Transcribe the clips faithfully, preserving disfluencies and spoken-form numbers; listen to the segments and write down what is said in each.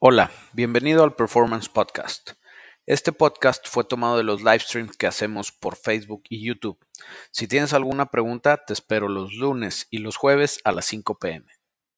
Hola, bienvenido al Performance Podcast. Este podcast fue tomado de los live streams que hacemos por Facebook y YouTube. Si tienes alguna pregunta, te espero los lunes y los jueves a las cinco p m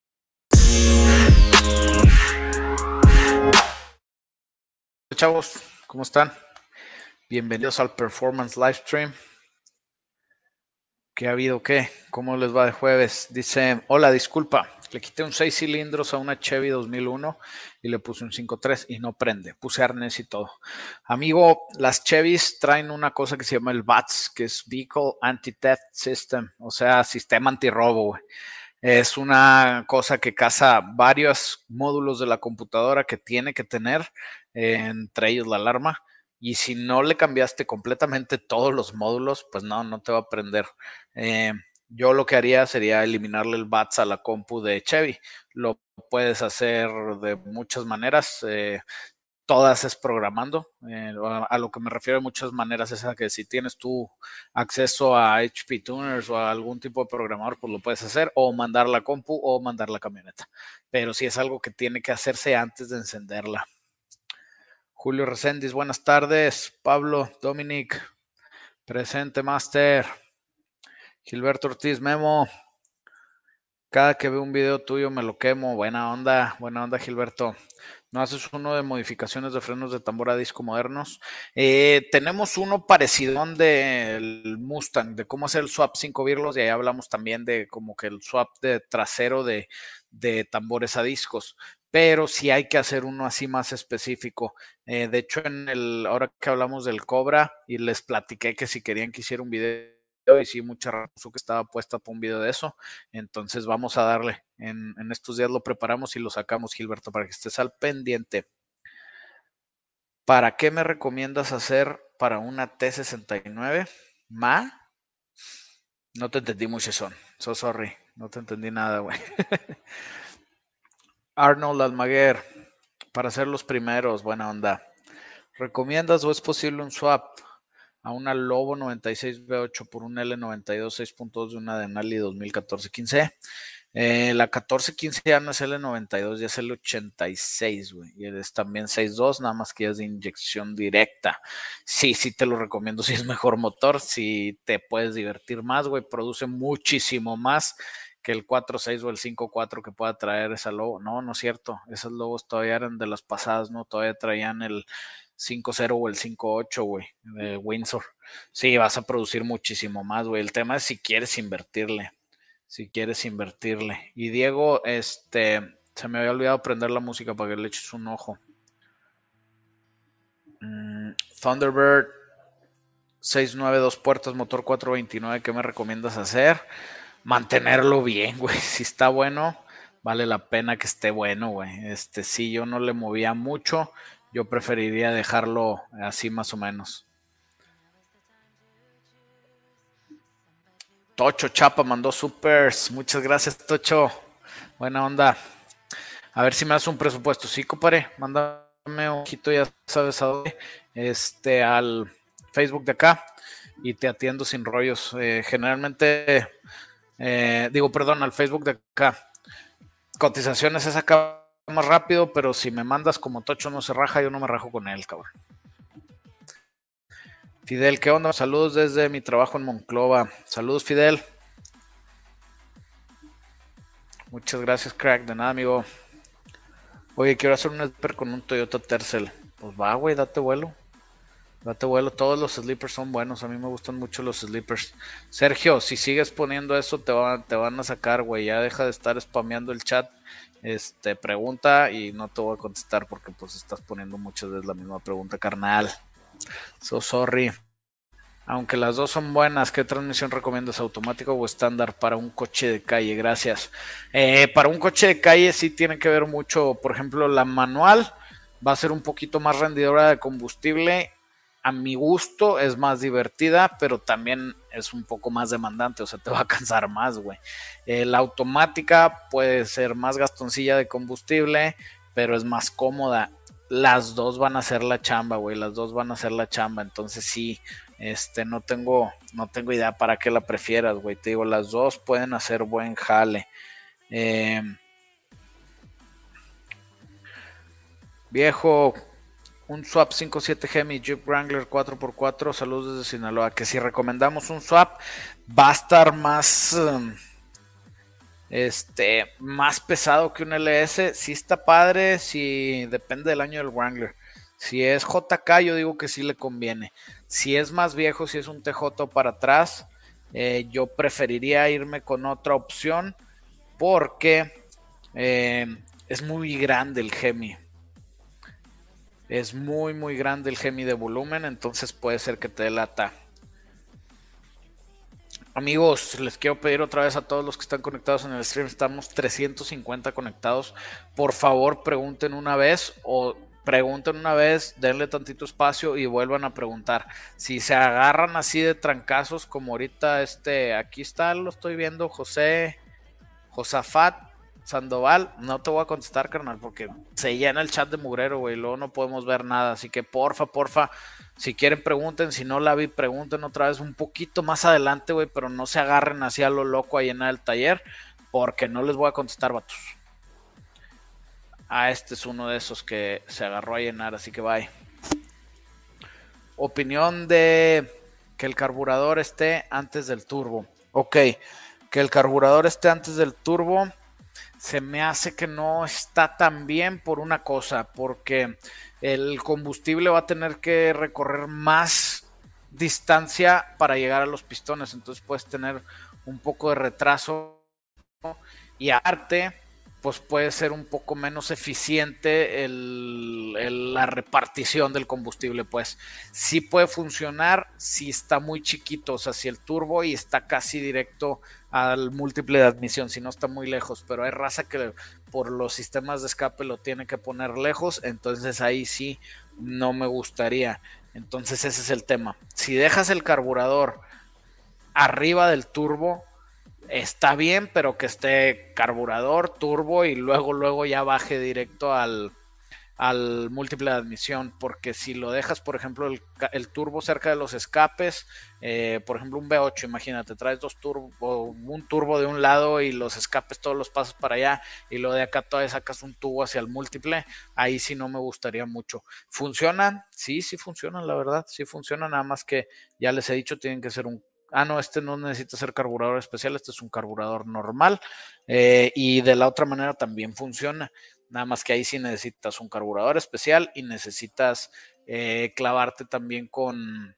Hola chavos, ¿cómo están? Bienvenidos al Performance Live Stream. ¿Qué ha habido? ¿Qué? ¿Cómo les va de jueves? Dice, hola, disculpa, le quité un seis cilindros a una Chevy dos mil uno y le puse un cinco tres y no prende. Puse arnés y todo. Amigo, las Chevys traen una cosa que se llama el V A T S, que es Vehicle Anti-Theft System, o sea, sistema antirrobo, güey. Es una cosa que casa varios módulos de la computadora que tiene que tener, eh, entre ellos la alarma. Y si no le cambiaste completamente todos los módulos, pues no, no te va a prender. Eh, yo lo que haría sería eliminarle el V A T S a la compu de Chevy. Lo puedes hacer de muchas maneras. Eh, todas es programando. Eh, a, a lo que me refiero de muchas maneras es a que si tienes tú acceso a H P Tuners o a algún tipo de programador, pues lo puedes hacer o mandar la compu o mandar la camioneta. Pero si es algo que tiene que hacerse antes de encenderla. Julio Reséndiz, buenas tardes. Pablo, Dominic, presente, Master. Gilberto Ortiz, Memo. Cada que veo un video tuyo me lo quemo. Buena onda, buena onda, Gilberto. ¿No haces uno de modificaciones de frenos de tambor a disco modernos? Eh, tenemos uno parecido del Mustang, de cómo hacer el swap cinco virlos, y ahí hablamos también de como que el swap de trasero de, de tambores a discos. Pero sí hay que hacer uno así más específico. Eh, de hecho, en el, ahora que hablamos del Cobra, y les platiqué que si querían que hiciera un video, y sí, mucha razón que estaba puesta para un video de eso. Entonces vamos a darle. En, en estos días lo preparamos y lo sacamos, Gilberto, para que estés al pendiente. ¿Para qué me recomiendas hacer para una T sesenta y nueve? ¿Ma? No te entendí mucho, son. So sorry. No te entendí nada, güey. Arnold Almaguer, para ser los primeros, buena onda. ¿Recomiendas o es posible un swap a una Lobo noventa y seis V ocho por un L noventa y dos seis punto dos de una Denali dos mil catorce quince? Eh, la catorce quince ya no es L noventa y dos, ya es L ochenta y seis, güey. Y es también seis punto dos, nada más que ya es de inyección directa. Sí, sí te lo recomiendo si es mejor motor, si te puedes divertir más, güey. Produce muchísimo más que el cuatro punto seis o el cinco punto cuatro que pueda traer esa Lobo. No, no es cierto. Esas Lobos todavía eran de las pasadas, ¿no? Todavía traían el cinco punto cero o el cinco punto ocho, güey, de Windsor. Sí, vas a producir muchísimo más, güey. El tema es si quieres invertirle. Si quieres invertirle. Y Diego, este, se me había olvidado prender la música para que le eches un ojo. Mm, Thunderbird seiscientos noventa y dos puertas, motor cuatrocientos veintinueve, ¿qué me recomiendas hacer? Mantenerlo bien, güey. Si está bueno, vale la pena que esté bueno, güey. Este, si yo no le movía mucho, yo preferiría dejarlo así más o menos. Tocho Chapa mandó supers. Muchas gracias, Tocho. Buena onda. A ver si me das un presupuesto. Sí, compadre. Mándame un ojito, ya sabes a dónde. Este, al Facebook de acá. Y te atiendo sin rollos. Eh, generalmente, eh, digo, perdón, al Facebook de acá. Cotizaciones es acá más rápido, pero si me mandas como Tocho no se raja, yo no me rajo con él, cabrón. Fidel, ¿qué onda? Saludos desde mi trabajo en Monclova. Saludos, Fidel. Muchas gracias, crack. De nada, amigo. Oye, quiero hacer un sniper con un Toyota Tercel. Pues va, güey, date vuelo. Date vuelo. Todos los sleepers son buenos. A mí me gustan mucho los sleepers. Sergio, si sigues poniendo eso, te, va, te van a sacar, güey. Ya deja de estar spameando el chat. Este, pregunta y no te voy a contestar porque pues estás poniendo muchas veces la misma pregunta, carnal. So sorry. Aunque las dos son buenas, ¿qué transmisión recomiendas? ¿Automático o estándar para un coche de calle? Gracias. Eh, para un coche de calle sí tiene que ver mucho. Por ejemplo, la manual va a ser un poquito más rendidora de combustible. A mi gusto es más divertida, pero también es un poco más demandante, o sea, te va a cansar más, güey. Eh, la automática puede ser más gastoncilla de combustible, pero es más cómoda. Las dos van a hacer la chamba, güey, las dos van a hacer la chamba, entonces sí, este, no tengo, no tengo idea para qué la prefieras, güey, te digo, las dos pueden hacer buen jale. Eh, Viejo, un swap cinco siete Hemi Jeep Wrangler cuatro por cuatro, saludos desde Sinaloa. Que si recomendamos un swap, va a estar más, um, este, más pesado que un L S. Si está padre, si depende del año del Wrangler. Si es J K, yo digo que sí le conviene. Si es más viejo, si es un T J para atrás, eh, yo preferiría irme con otra opción porque eh, es muy grande el Hemi. Es muy, muy grande el Hemi de volumen, entonces puede ser que te delata. Amigos, les quiero pedir otra vez a todos los que están conectados en el stream, estamos trescientos cincuenta conectados. Por favor, pregunten una vez o pregunten una vez, denle tantito espacio y vuelvan a preguntar. Si se agarran así de trancazos como ahorita este, aquí está, lo estoy viendo, José, Josafat Sandoval, no te voy a contestar, carnal, porque se llena el chat de mugrero, güey, luego no podemos ver nada, así que porfa, porfa, si quieren pregunten, si no la vi, pregunten otra vez un poquito más adelante, güey, pero no se agarren así a lo loco a llenar el taller, porque no les voy a contestar, vatos. Ah, este es uno de esos que se agarró a llenar, así que bye. Opinión de que el carburador esté antes del turbo. Ok, que el carburador esté antes del turbo se me hace que no está tan bien por una cosa, porque el combustible va a tener que recorrer más distancia para llegar a los pistones, entonces puedes tener un poco de retraso y aparte pues puede ser un poco menos eficiente el, el, la repartición del combustible, pues sí puede funcionar si está muy chiquito, o sea, si el turbo y está casi directo al múltiple de admisión, si no está muy lejos, pero hay raza que por los sistemas de escape lo tiene que poner lejos, entonces ahí sí no me gustaría. Entonces ese es el tema. Si dejas el carburador arriba del turbo, está bien, pero que esté carburador, turbo y luego luego ya baje directo al, al múltiple de admisión, porque si lo dejas, por ejemplo, el, el turbo cerca de los escapes, eh, por ejemplo un V ocho, imagínate, traes dos turbos, un turbo de un lado y los escapes todos los pasas para allá y lo de acá todavía sacas un tubo hacia el múltiple, ahí sí no me gustaría mucho. ¿Funcionan? Sí, sí funcionan, la verdad, sí funcionan, nada más que ya les he dicho, tienen que ser un ah, no, este no necesita ser carburador especial, este es un carburador normal eh, y de la otra manera también funciona, nada más que ahí sí necesitas un carburador especial y necesitas eh, clavarte también con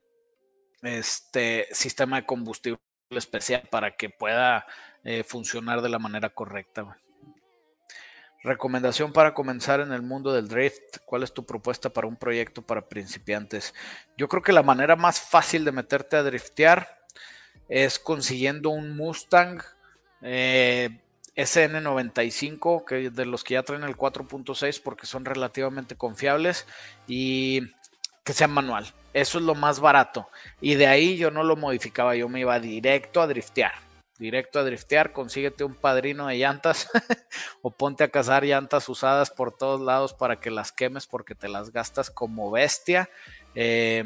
este sistema de combustible especial para que pueda eh, funcionar de la manera correcta. Recomendación para comenzar en el mundo del drift. ¿Cuál es tu propuesta para un proyecto para principiantes? Yo creo que la manera más fácil de meterte a driftear es consiguiendo un Mustang eh, S N noventa y cinco, que de los que ya traen el cuatro punto seis porque son relativamente confiables y que sea manual. Eso es lo más barato. Y de ahí yo no lo modificaba, yo me iba directo a driftear. Directo a driftear, consíguete un padrino de llantas o ponte a cazar llantas usadas por todos lados para que las quemes porque te las gastas como bestia. Eh,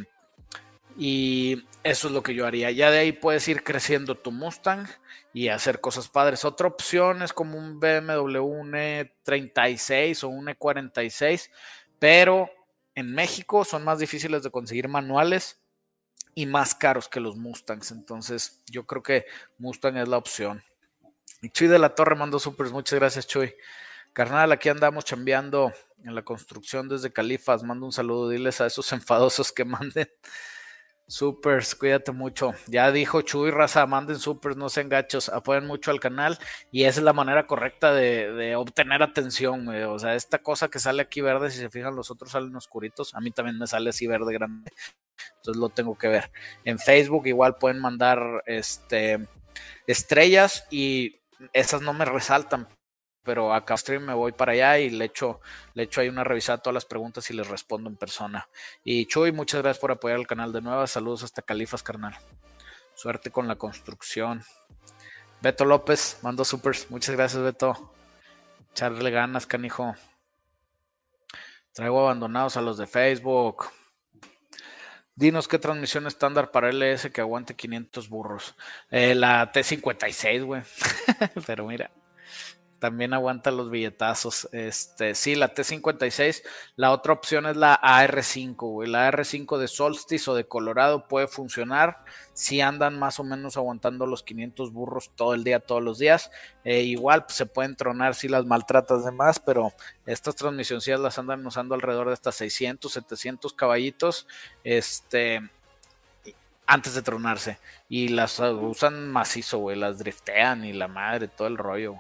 y eso es lo que yo haría. Ya de ahí puedes ir creciendo tu Mustang y hacer cosas padres. Otra opción es como un B M W, un E treinta y seis o un E cuarenta y seis, pero en México son más difíciles de conseguir manuales y más caros que los Mustangs. Entonces yo creo que Mustang es la opción. Y Chuy de la Torre mandó supers. Muchas gracias, Chuy. Carnal, aquí andamos chambeando en la construcción desde Califas. Mando un saludo. Diles a esos enfadosos que manden supers, cuídate mucho. Ya dijo Chuy, raza, manden supers, no sean gachos, apoyen mucho al canal y esa es la manera correcta de, de obtener atención, güey. O sea, esta cosa que sale aquí verde, si se fijan, los otros salen oscuritos, a mí también me sale así verde grande, entonces lo tengo que ver. En Facebook igual pueden mandar este estrellas y esas no me resaltan, pero acá stream me voy para allá y le echo, le echo ahí una revisada a todas las preguntas y les respondo en persona. Y Chuy, muchas gracias por apoyar el canal de nuevo. Saludos hasta Califas, carnal. Suerte con la construcción. Beto López, mando supers. Muchas gracias, Beto. Echarle ganas, canijo. Traigo abandonados a los de Facebook. Dinos qué transmisión estándar para L S que aguante quinientos burros. Eh, la T cincuenta y seis, güey. Pero mira. también aguanta los billetazos. Este, sí, la T cincuenta y seis. La otra opción es la A R cinco, güey. La A R cinco de Solstice o de Colorado puede funcionar si andan más o menos aguantando los quinientos burros todo el día, todos los días. Eh, igual pues, se pueden tronar si las maltratas de más, pero estas transmisioncillas las andan usando alrededor de hasta seiscientos, setecientos caballitos. Este... antes de tronarse, y las usan macizo, güey, las driftean y la madre, todo el rollo.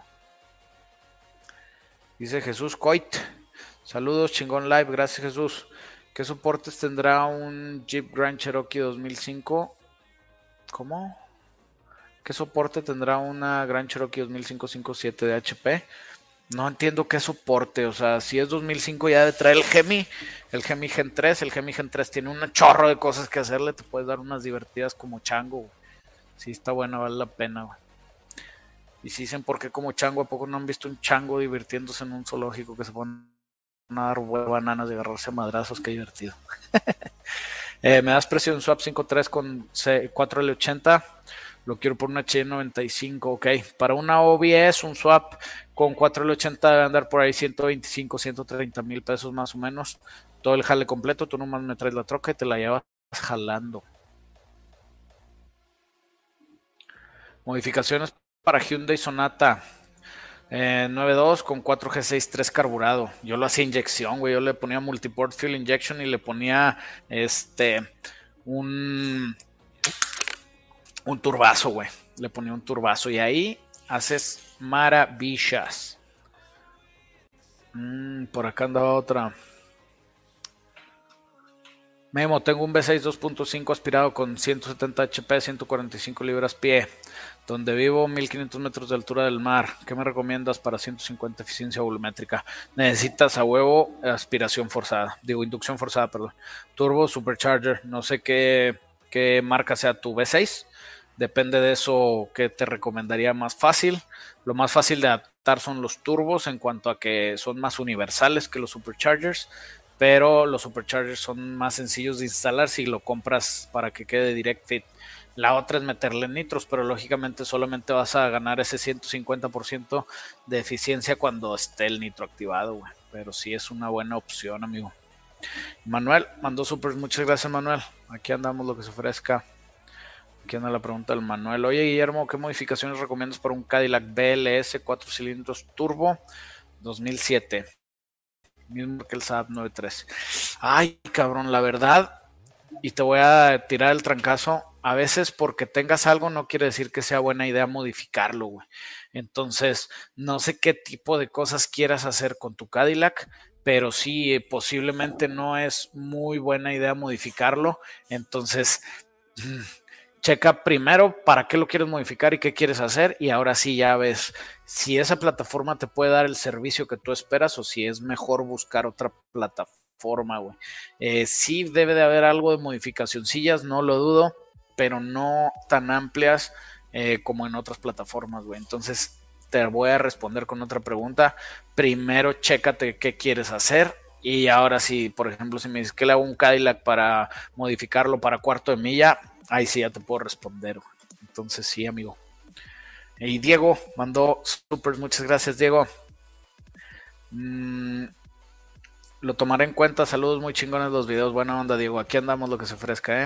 Dice Jesús Coit, saludos, chingón live, gracias Jesús. ¿Qué soportes tendrá un Jeep Grand Cherokee dos mil cinco? ¿Cómo? ¿Qué soporte tendrá una Grand Cherokee dos mil cinco cincuenta y siete de H P? No entiendo qué soporte, o sea, si es dos mil cinco ya de traer el Gemi, el Gemi Gen tres, el Gemi Gen tres tiene un chorro de cosas que hacerle, te puedes dar unas divertidas como chango, güey. Sí está buena, vale la pena, güey. Y si dicen por qué como chango, ¿a poco no han visto un chango divirtiéndose en un zoológico que se pone a dar huevo, bananas y agarrarse a madrazos? Qué divertido. eh, me das precio en swap cinco punto tres con cuatro L ochenta. Lo quiero por una H noventa y cinco, ok. Para una O B S, un swap con cuatro L ochenta debe andar por ahí ciento veinticinco, ciento treinta mil pesos más o menos. Todo el jale completo, tú nomás me traes la troca y te la llevas jalando. Modificaciones para Hyundai Sonata. Eh, nueve punto dos con cuatro G sesenta y tres carburado. Yo lo hacía inyección, güey. Yo le ponía multiport fuel injection y le ponía este un... un turbazo, güey. Le ponía un turbazo y ahí haces maravillas. Mm, por acá andaba otra. Memo, tengo un V seis dos punto cinco aspirado con ciento setenta H P, ciento cuarenta y cinco libras pie. Donde vivo, mil quinientos metros de altura del mar. ¿Qué me recomiendas para ciento cincuenta eficiencia volumétrica? Necesitas a huevo aspiración forzada. Digo, inducción forzada, perdón. Turbo Supercharger. No sé qué, qué marca sea tu V seis. Depende de eso que te recomendaría más fácil. Lo más fácil de adaptar son los turbos en cuanto a que son más universales que los superchargers, pero los superchargers son más sencillos de instalar si lo compras para que quede direct fit. La otra es meterle nitros, pero lógicamente solamente vas a ganar ese ciento cincuenta por ciento de eficiencia cuando esté el nitro activado, güey. Pero sí es una buena opción, amigo. Manuel mandó super, muchas gracias, Manuel. Aquí andamos lo que se ofrezca. Aquí anda la pregunta del Manuel. Oye, Guillermo, ¿qué modificaciones recomiendas para un Cadillac B L S cuatro cilindros turbo dos mil siete? Mismo que el Saab nueve tres. Ay, cabrón, la verdad, y te voy a tirar el trancazo, a veces porque tengas algo no quiere decir que sea buena idea modificarlo, güey. Entonces, no sé qué tipo de cosas quieras hacer con tu Cadillac, pero sí, eh, posiblemente no es muy buena idea modificarlo. Entonces... checa primero para qué lo quieres modificar y qué quieres hacer, y ahora sí ya ves si esa plataforma te puede dar el servicio que tú esperas o si es mejor buscar otra plataforma, güey. Eh, sí debe de haber algo de modificacioncillas, no lo dudo, pero no tan amplias eh, como en otras plataformas, güey. Entonces te voy a responder con otra pregunta. Primero chécate qué quieres hacer. Y ahora sí, por ejemplo, si me dices que le hago un Cadillac para modificarlo para cuarto de milla, ahí sí ya te puedo responder. Entonces sí, amigo. Y Diego mandó super, muchas gracias, Diego. Mm, lo tomaré en cuenta. Saludos, muy chingones los videos. Buena onda, Diego. Aquí andamos lo que se ofrezca, ¿eh?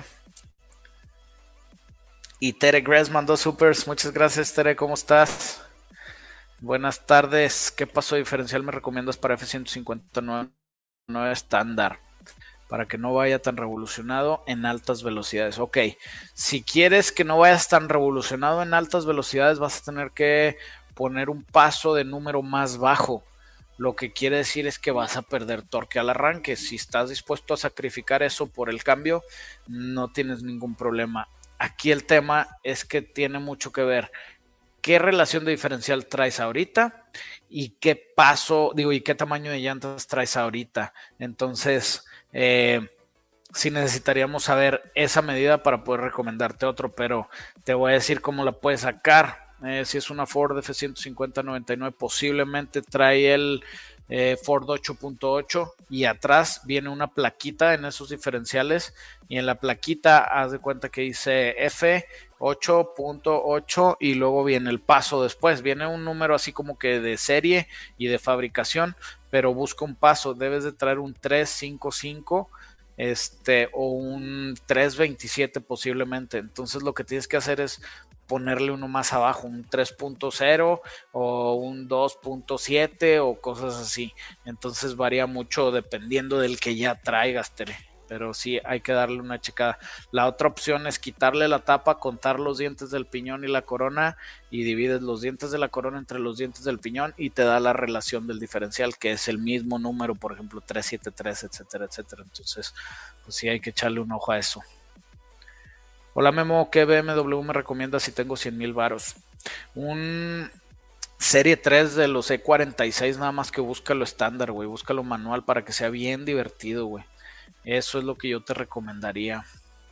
Y Tere Gress mandó supers. Muchas gracias, Tere. ¿Cómo estás? Buenas tardes. ¿Qué paso diferencial me recomiendas para F ciento cincuenta y nueve estándar? Para que no vaya tan revolucionado en altas velocidades. Ok, si quieres que no vayas tan revolucionado en altas velocidades, vas a tener que poner un paso de número más bajo. Lo que quiere decir es que vas a perder torque al arranque. Si estás dispuesto a sacrificar eso por el cambio, no tienes ningún problema. Aquí el tema es que tiene mucho que ver qué relación de diferencial traes ahorita y qué paso, digo, y qué tamaño de llantas traes ahorita. Entonces, eh, sí necesitaríamos saber esa medida para poder recomendarte otro, pero te voy a decir cómo la puedes sacar. Eh, si es una Ford F ciento cincuenta noventa y nueve, posiblemente trae el eh, Ford ocho punto ocho y atrás viene una plaquita en esos diferenciales, y en la plaquita haz de cuenta que dice F ocho punto ocho y luego viene el paso después, viene un número así como que de serie y de fabricación, pero busca un paso, debes de traer un tres cinco cinco este, o un tres veintisiete posiblemente, entonces lo que tienes que hacer es ponerle uno más abajo, un tres punto cero o un dos punto siete o cosas así, entonces varía mucho dependiendo del que ya traigas, Tere. Pero sí hay que darle una checada. La otra opción es quitarle la tapa, contar los dientes del piñón y la corona y divides los dientes de la corona entre los dientes del piñón y te da la relación del diferencial, que es el mismo número, por ejemplo, tres siete tres, etcétera, etcétera. Entonces, pues sí hay que echarle un ojo a eso. Hola Memo, ¿qué B M W me recomiendas si tengo cien mil varos? Un Serie tres de los E cuarenta y seis, nada más que búscalo estándar, güey. Búscalo manual para que sea bien divertido, güey. Eso es lo que yo te recomendaría.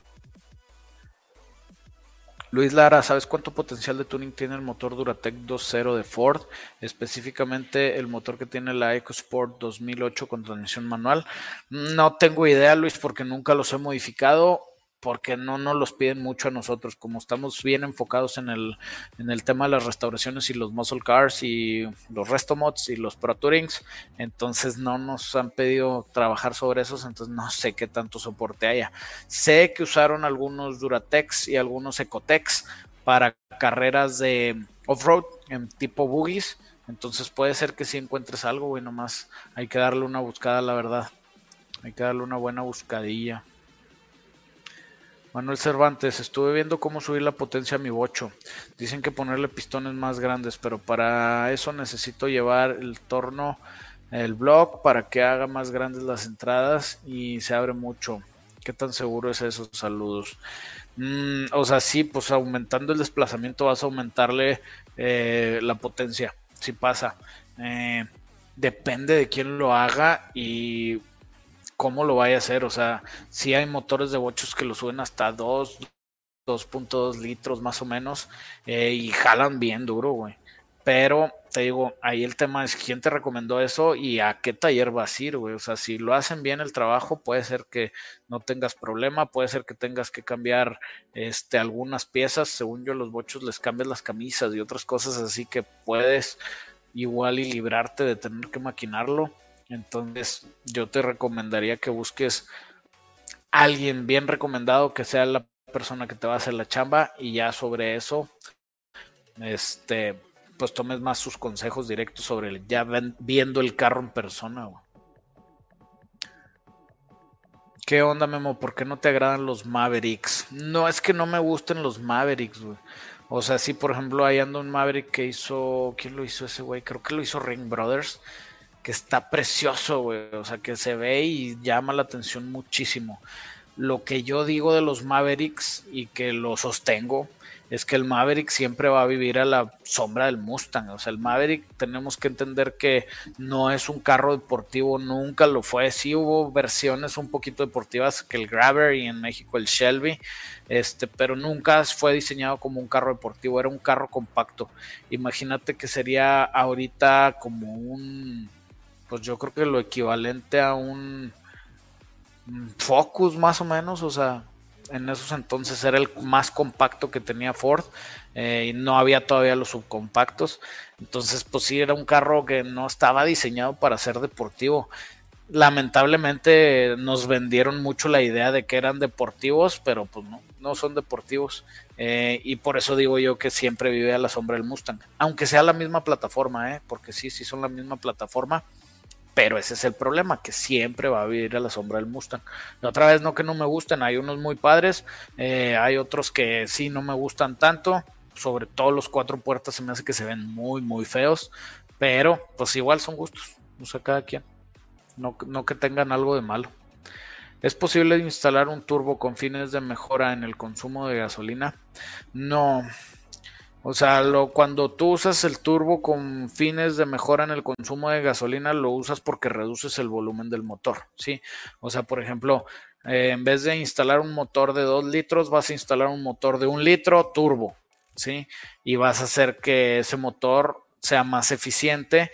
Luis Lara, ¿sabes cuánto potencial de tuning tiene el motor Duratec dos punto cero de Ford? Específicamente el motor que tiene la EcoSport dos mil ocho con transmisión manual. No tengo idea, Luis, porque nunca los he modificado, porque no nos los piden mucho a nosotros. Como estamos bien enfocados en el, en el tema de las restauraciones y los muscle cars y los restomods y los Pro Tourings, entonces no nos han pedido trabajar sobre esos, entonces no sé qué tanto soporte haya. Sé que usaron algunos Duratex y algunos Ecotex para carreras de off-road en tipo buggies, entonces puede ser que sí encuentres algo, güey, nomás hay que darle una buscada, la verdad. Hay que darle una buena buscadilla. Manuel Cervantes, estuve viendo cómo subir la potencia a mi bocho. Dicen que ponerle pistones más grandes, pero para eso necesito llevar el torno, el block, para que haga más grandes las entradas y se abre mucho. ¿Qué tan seguro es eso? Saludos. Mm, o sea, sí, pues aumentando el desplazamiento vas a aumentarle eh, la potencia. Sí pasa. Eh, depende de quién lo haga y cómo lo vaya a hacer. O sea, sí hay motores de bochos que lo suben hasta dos, dos punto dos litros más o menos eh, y jalan bien duro, güey. Pero te digo, ahí el tema es quién te recomendó eso y a qué taller vas a ir, güey. O sea, si lo hacen bien el trabajo, puede ser que no tengas problema, puede ser que tengas que cambiar este, algunas piezas. Según yo, los bochos les cambias las camisas y otras cosas así que puedes igual y librarte de tener que maquinarlo. Entonces, yo te recomendaría que busques a alguien bien recomendado que sea la persona que te va a hacer la chamba y ya sobre eso, este, pues tomes más sus consejos directos sobre el, ya ven, viendo el carro en persona, güey. ¿Qué onda, Memo? ¿Por qué no te agradan los Mavericks? No es que no me gusten los Mavericks, güey. O sea, sí, por ejemplo, ahí anda un Maverick que hizo. ¿Quién lo hizo ese güey? Creo que lo hizo Ring Brothers. Que está precioso, güey. O sea, que se ve y llama la atención muchísimo. Lo que yo digo de los Mavericks y que lo sostengo es que el Maverick siempre va a vivir a la sombra del Mustang. O sea, el Maverick tenemos que entender que no es un carro deportivo, nunca lo fue. Sí hubo versiones un poquito deportivas que el Grabber y en México el Shelby, este, pero nunca fue diseñado como un carro deportivo, era un carro compacto. Imagínate que sería ahorita como un, pues yo creo que lo equivalente a un Focus más o menos, o sea, en esos entonces era el más compacto que tenía Ford eh, y no había todavía los subcompactos, entonces pues sí era un carro que no estaba diseñado para ser deportivo. Lamentablemente nos vendieron mucho la idea de que eran deportivos, pero pues no, no son deportivos eh, y por eso digo yo que siempre vive a la sombra del Mustang, aunque sea la misma plataforma, eh, porque sí, sí son la misma plataforma. Pero ese es el problema, que siempre va a vivir a la sombra del Mustang. Y otra vez, no que no me gusten, hay unos muy padres, eh, hay otros que sí no me gustan tanto, sobre todo los cuatro puertas se me hace que se ven muy, muy feos, pero pues igual son gustos, o sea, cada quien, no, no que tengan algo de malo. ¿Es posible instalar un turbo con fines de mejora en el consumo de gasolina? No. O sea, lo, cuando tú usas el turbo con fines de mejora en el consumo de gasolina, lo usas porque reduces el volumen del motor, ¿sí? O sea, por ejemplo, eh, en vez de instalar un motor de dos litros, vas a instalar un motor de un litro turbo, ¿sí? Y vas a hacer que ese motor sea más eficiente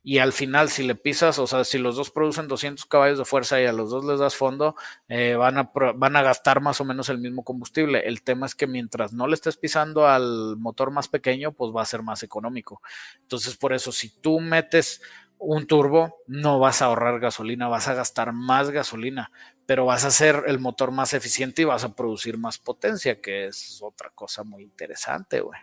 y al final si le pisas, o sea, si los dos producen doscientos caballos de fuerza y a los dos les das fondo, eh, van, a, van a gastar más o menos el mismo combustible. El tema es que mientras no le estés pisando al motor más pequeño, pues va a ser más económico. Entonces, por eso, si tú metes un turbo, no vas a ahorrar gasolina, vas a gastar más gasolina, pero vas a hacer el motor más eficiente y vas a producir más potencia, que es otra cosa muy interesante, güey.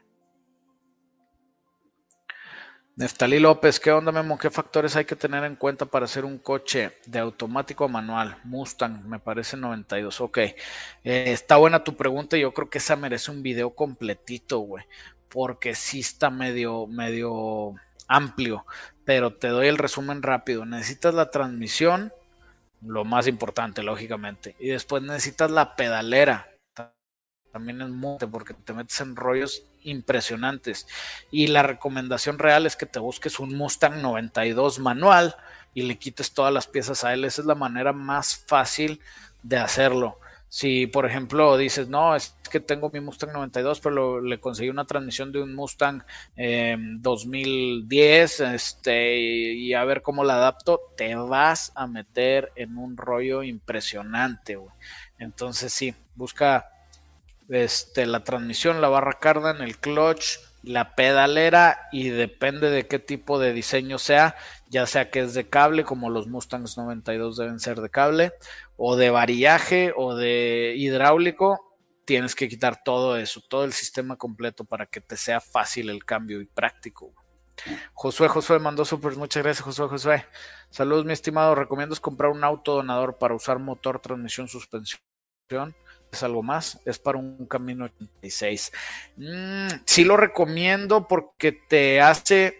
Neftalí López, ¿qué onda, Memo? ¿Qué factores hay que tener en cuenta para hacer un coche de automático a manual? Mustang, me parece noventa y dos. Ok, eh, está buena tu pregunta y yo creo que esa merece un video completito, güey, porque sí está medio, medio amplio, pero te doy el resumen rápido. Necesitas la transmisión, lo más importante, lógicamente, y después necesitas la pedalera. También es muy porque te metes en rollos impresionantes. Y la recomendación real es que te busques un Mustang noventa y dos manual y le quites todas las piezas a él. Esa es la manera más fácil de hacerlo. Si, por ejemplo, dices, no, es que tengo mi Mustang noventa y dos, pero lo, le conseguí una transmisión de un Mustang eh, dos mil diez, este, y a ver cómo la adapto, te vas a meter en un rollo impresionante, güey. Entonces, sí, busca este, la transmisión, la barra cardan, el clutch, la pedalera y depende de qué tipo de diseño sea, ya sea que es de cable como los Mustangs noventa y dos deben ser de cable o de varillaje o de hidráulico, tienes que quitar todo eso, todo el sistema completo para que te sea fácil el cambio y práctico. Josué, Josué mandó super, muchas gracias Josué, Josué. Saludos mi estimado, recomiendas comprar un autodonador para usar motor, transmisión, suspensión. ¿Es algo más? Es para un Camino ochenta y seis. Mm, sí lo recomiendo porque te hace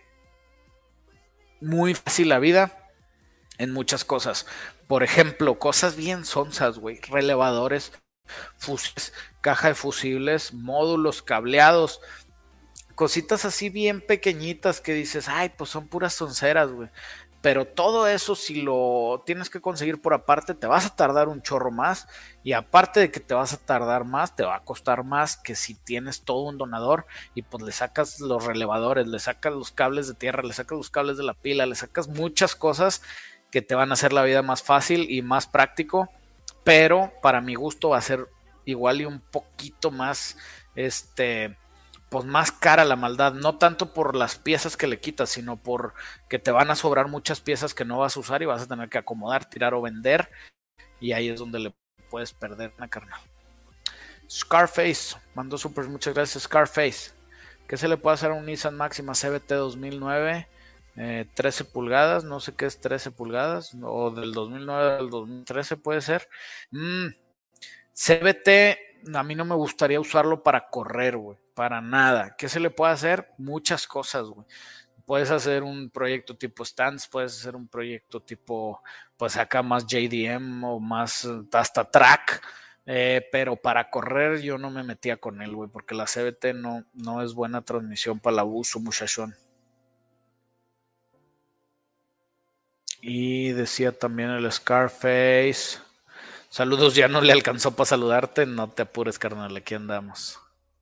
muy fácil la vida en muchas cosas. Por ejemplo, cosas bien sonsas, güey. Relevadores, fusibles, caja de fusibles, módulos, cableados. Cositas así bien pequeñitas que dices, ay, pues son puras sonceras, güey. Pero todo eso, si lo tienes que conseguir por aparte, te vas a tardar un chorro más. Y aparte de que te vas a tardar más, te va a costar más que si tienes todo un donador y pues le sacas los relevadores, le sacas los cables de tierra, le sacas los cables de la pila, le sacas muchas cosas que te van a hacer la vida más fácil y más práctico. Pero para mi gusto va a ser igual y un poquito más, este... pues más cara la maldad, no tanto por las piezas que le quitas, sino por que te van a sobrar muchas piezas que no vas a usar y vas a tener que acomodar, tirar o vender, y ahí es donde le puedes perder una carnal. Scarface, mandó super, muchas gracias Scarface. ¿Qué se le puede hacer a un Nissan Maxima C V T dos mil nueve? Eh, trece pulgadas, no sé qué es trece pulgadas, o del dos mil nueve al dos mil trece puede ser. Mm, C V T, a mí no me gustaría usarlo para correr, güey. Para nada. ¿Qué se le puede hacer? Muchas cosas, güey. Puedes hacer un proyecto tipo Stance, puedes hacer un proyecto tipo, pues acá más J D M o más hasta track, eh, pero para correr yo no me metía con él, güey, porque la C V T no, no es buena transmisión para el abuso, muchachón. Y decía también el Scarface. Saludos, ya no le alcanzó para saludarte, no te apures, carnal, aquí andamos.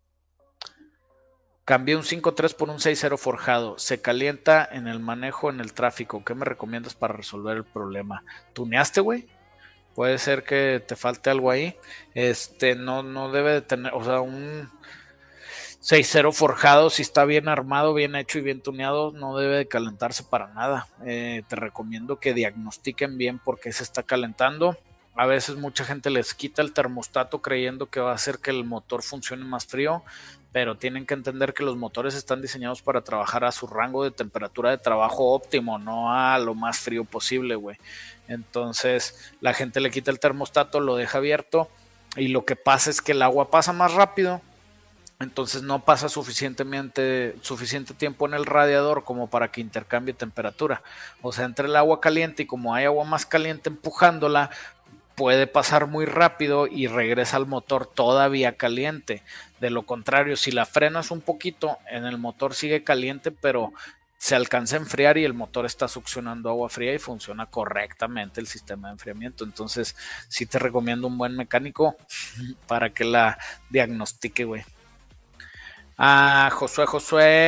Cambié un cinco tres por un seis cero forjado. Se calienta en el manejo en el tráfico. ¿Qué me recomiendas para resolver el problema? ¿Tuneaste, güey? Puede ser que te falte algo ahí. Este, no, no debe de tener, o sea, un seis cero forjado, si está bien armado, bien hecho y bien tuneado, no debe de calentarse para nada. Eh, te recomiendo que diagnostiquen bien por qué se está calentando. A veces mucha gente les quita el termostato creyendo que va a hacer que el motor funcione más frío, pero tienen que entender que los motores están diseñados para trabajar a su rango de temperatura de trabajo óptimo, no a lo más frío posible, güey. Entonces la gente le quita el termostato, lo deja abierto y lo que pasa es que el agua pasa más rápido, entonces no pasa suficientemente suficiente tiempo en el radiador como para que intercambie temperatura. O sea, entre el agua caliente y como hay agua más caliente empujándola, puede pasar muy rápido y regresa al motor todavía caliente. De lo contrario, si la frenas un poquito, en el motor sigue caliente, pero se alcanza a enfriar y el motor está succionando agua fría y funciona correctamente el sistema de enfriamiento. Entonces, sí te recomiendo un buen mecánico para que la diagnostique, güey. Ah, Josué, Josué.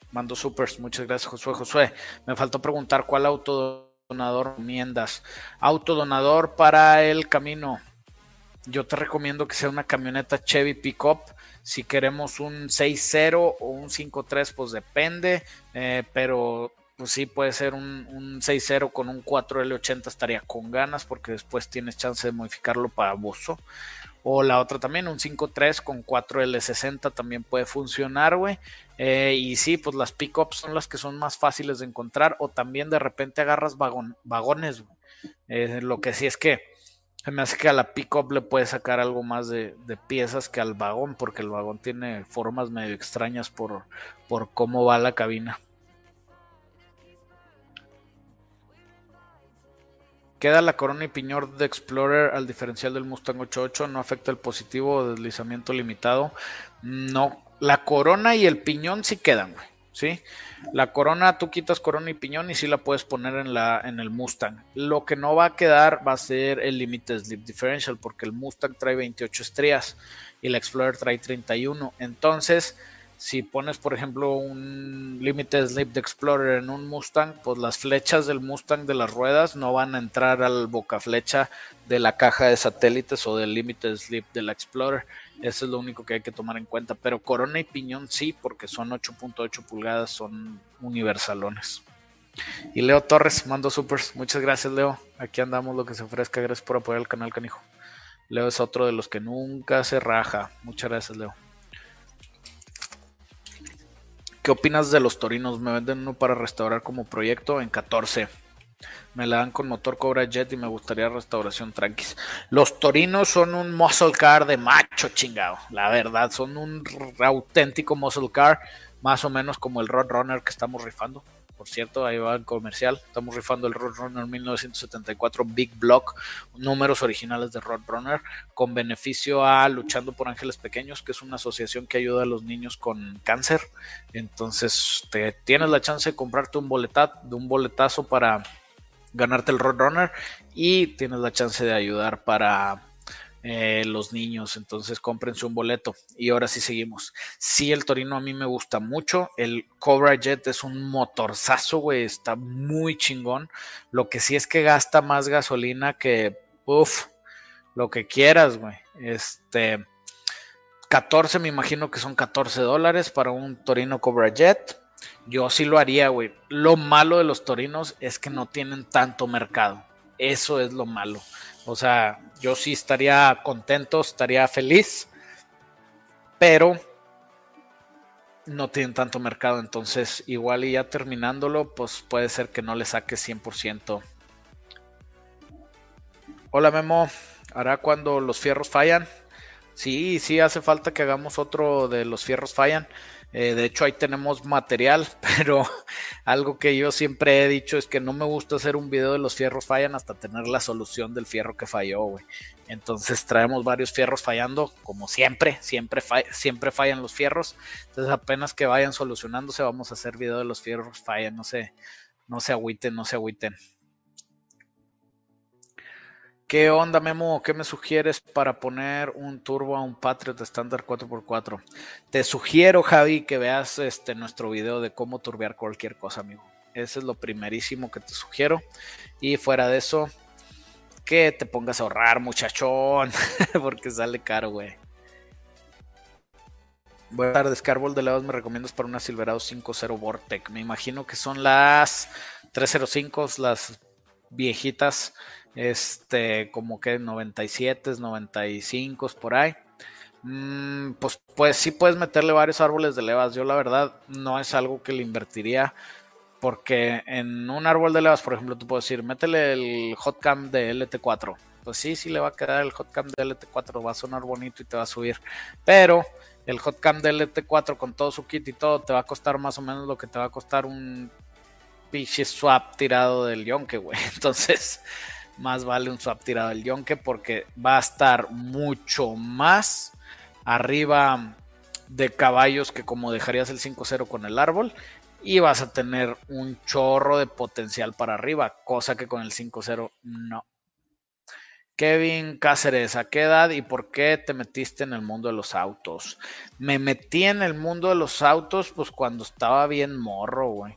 Mando supers, muchas gracias Josué. Josué, me faltó preguntar cuál autodonador recomiendas. Autodonador para el camino. Yo te recomiendo que sea una camioneta Chevy Pickup. Si queremos un seis cero o un cinco tres, pues depende, eh, pero pues sí puede ser un, un seis cero con un cuatro L ochenta, estaría con ganas porque después tienes chance de modificarlo para bozo. O la otra también, un cinco tres con cuatro L sesenta también puede funcionar, güey. Eh, y sí, pues las pickups son las que son más fáciles de encontrar. O también de repente agarras vagón, vagones, güey. Eh, lo que sí es que se me hace que a la pickup le puede sacar algo más de, de piezas que al vagón, porque el vagón tiene formas medio extrañas por, por cómo va la cabina. Queda la corona y piñón de Explorer al diferencial del Mustang ochenta y ocho, no afecta el positivo o deslizamiento limitado. No, la corona y el piñón sí quedan, güey. ¿Sí? La corona, tú quitas corona y piñón y sí la puedes poner en, la, en el Mustang. Lo que no va a quedar va a ser el Limited Slip Differential, porque el Mustang trae veintiocho estrías y la Explorer trae treinta y uno. Entonces, si pones, por ejemplo, un Limited Slip de Explorer en un Mustang, pues las flechas del Mustang de las ruedas no van a entrar al boca flecha de la caja de satélites o del Limited Slip de la Explorer. Eso es lo único que hay que tomar en cuenta. Pero corona y piñón sí, porque son ocho punto ocho pulgadas, son universalones. Y Leo Torres, mando supers. Muchas gracias, Leo. Aquí andamos, lo que se ofrezca. Gracias por apoyar el canal, canijo. Leo es otro de los que nunca se raja. Muchas gracias, Leo. ¿Qué opinas de los torinos? Me venden uno para restaurar como proyecto en catorce. Me la dan con motor Cobra Jet y me gustaría restauración tranquis. Los torinos son un muscle car de macho chingado. La verdad, son un auténtico muscle car. Más o menos como el Roadrunner que estamos rifando. Por cierto, ahí va el comercial. Estamos rifando el Roadrunner mil novecientos setenta y cuatro Big Block, números originales de Roadrunner, con beneficio a Luchando por Ángeles Pequeños, que es una asociación que ayuda a los niños con cáncer. Entonces, te tienes la chance de comprarte un boletazo, de un boletazo para ganarte el Roadrunner y tienes la chance de ayudar para eh, los niños. Entonces cómprense un boleto. Y ahora sí seguimos. Sí, el Torino a mí me gusta mucho. El Cobra Jet es un motorzazo, güey, está muy chingón. Lo que sí es que gasta más gasolina que uff, lo que quieras, güey. Este catorce, me imagino que son catorce dólares para un Torino Cobra Jet. Yo sí lo haría, güey. Lo malo de los torinos es que no tienen tanto mercado. Eso es lo malo. O sea, yo sí estaría contento, estaría feliz, pero no tienen tanto mercado. Entonces, igual y ya terminándolo, pues puede ser que no le saque cien por ciento. Hola, Memo. ¿Hará cuando los fierros fallan? Sí, sí, hace falta que hagamos otro de los fierros fallan. Eh, de hecho, ahí tenemos material, pero algo que yo siempre he dicho es que no me gusta hacer un video de los fierros fallan hasta tener la solución del fierro que falló, güey. Entonces traemos varios fierros fallando, como siempre, siempre, fa siempre fallan los fierros. Entonces apenas que vayan solucionándose vamos a hacer video de los fierros fallan, no se, no se agüiten, no se agüiten. ¿Qué onda, Memo? ¿Qué me sugieres para poner un turbo a un Patriot estándar cuatro por cuatro? Te sugiero, Javi, que veas este, nuestro video de cómo turbear cualquier cosa, amigo. Ese es lo primerísimo que te sugiero. Y fuera de eso, que te pongas a ahorrar, muchachón, porque sale caro, güey. Buenas tardes, Carbol de Levas, me recomiendas para una Silverado cinco cero Vortec. Me imagino que son las tres cero cinco, las viejitas, este, como que noventa y siete, noventa y cinco por ahí. Mm, pues, pues sí puedes meterle varios árboles de levas. Yo la verdad no es algo que le invertiría, porque en un árbol de levas, por ejemplo, tú puedes decir, métele el hot cam de L T cuatro. Pues sí, sí le va a quedar el hot cam de L T cuatro, va a sonar bonito y te va a subir. Pero el hot cam de L T cuatro con todo su kit y todo te va a costar más o menos lo que te va a costar un pinche swap tirado del yonke, güey. Entonces, más vale un swap tirado del yonke porque va a estar mucho más arriba de caballos que como dejarías el cinco cero con el árbol, y vas a tener un chorro de potencial para arriba, cosa que con el cinco cero no. Kevin Cáceres, ¿a qué edad y por qué te metiste en el mundo de los autos? Me metí en el mundo de los autos pues cuando estaba bien morro, güey.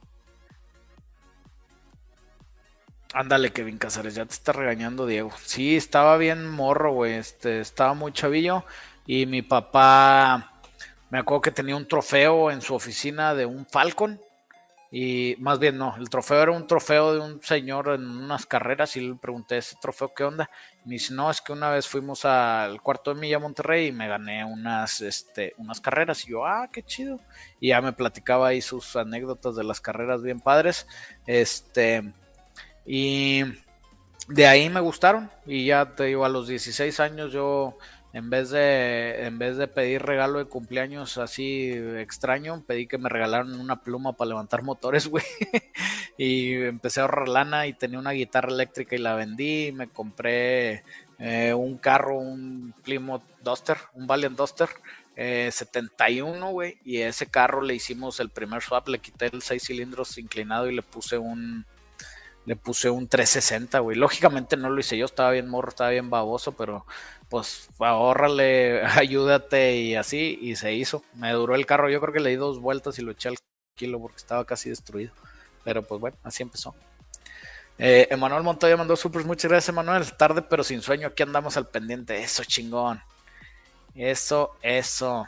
Ándale, Kevin Cáceres, ya te está regañando Diego. Sí, estaba bien morro, güey. Este, estaba muy chavillo y mi papá, me acuerdo que tenía un trofeo en su oficina de un Falcon. Y más bien no, el trofeo era un trofeo de un señor en unas carreras y le pregunté, ¿ese trofeo qué onda? Y me dice, no, es que una vez fuimos al cuarto de milla Monterrey y me gané unas, este, unas carreras. Y yo, ah, qué chido. Y ya me platicaba ahí sus anécdotas de las carreras bien padres. Este, y de ahí me gustaron. Y ya te digo, a los dieciséis años yo en vez de en vez de pedir regalo de cumpleaños así extraño, pedí que me regalaran una pluma para levantar motores, güey. Y empecé a ahorrar lana y tenía una guitarra eléctrica y la vendí. Y me compré eh, un carro, un Plymouth Duster, un Valiant Duster. Eh, setenta y uno, güey, y ese carro le hicimos el primer swap, le quité el seis cilindros inclinado y le puse un le puse un trescientos sesenta, güey. Lógicamente no lo hice yo, estaba bien morro, estaba bien baboso, pero pues ahórrale, ayúdate y así, y se hizo. Me duró el carro, yo creo que le di dos vueltas y lo eché al kilo porque estaba casi destruido. Pero pues bueno, así empezó. Eh, Emanuel Montoya mandó supers, muchas gracias, Emanuel. Tarde pero sin sueño, aquí andamos al pendiente. Eso, chingón. Eso, eso.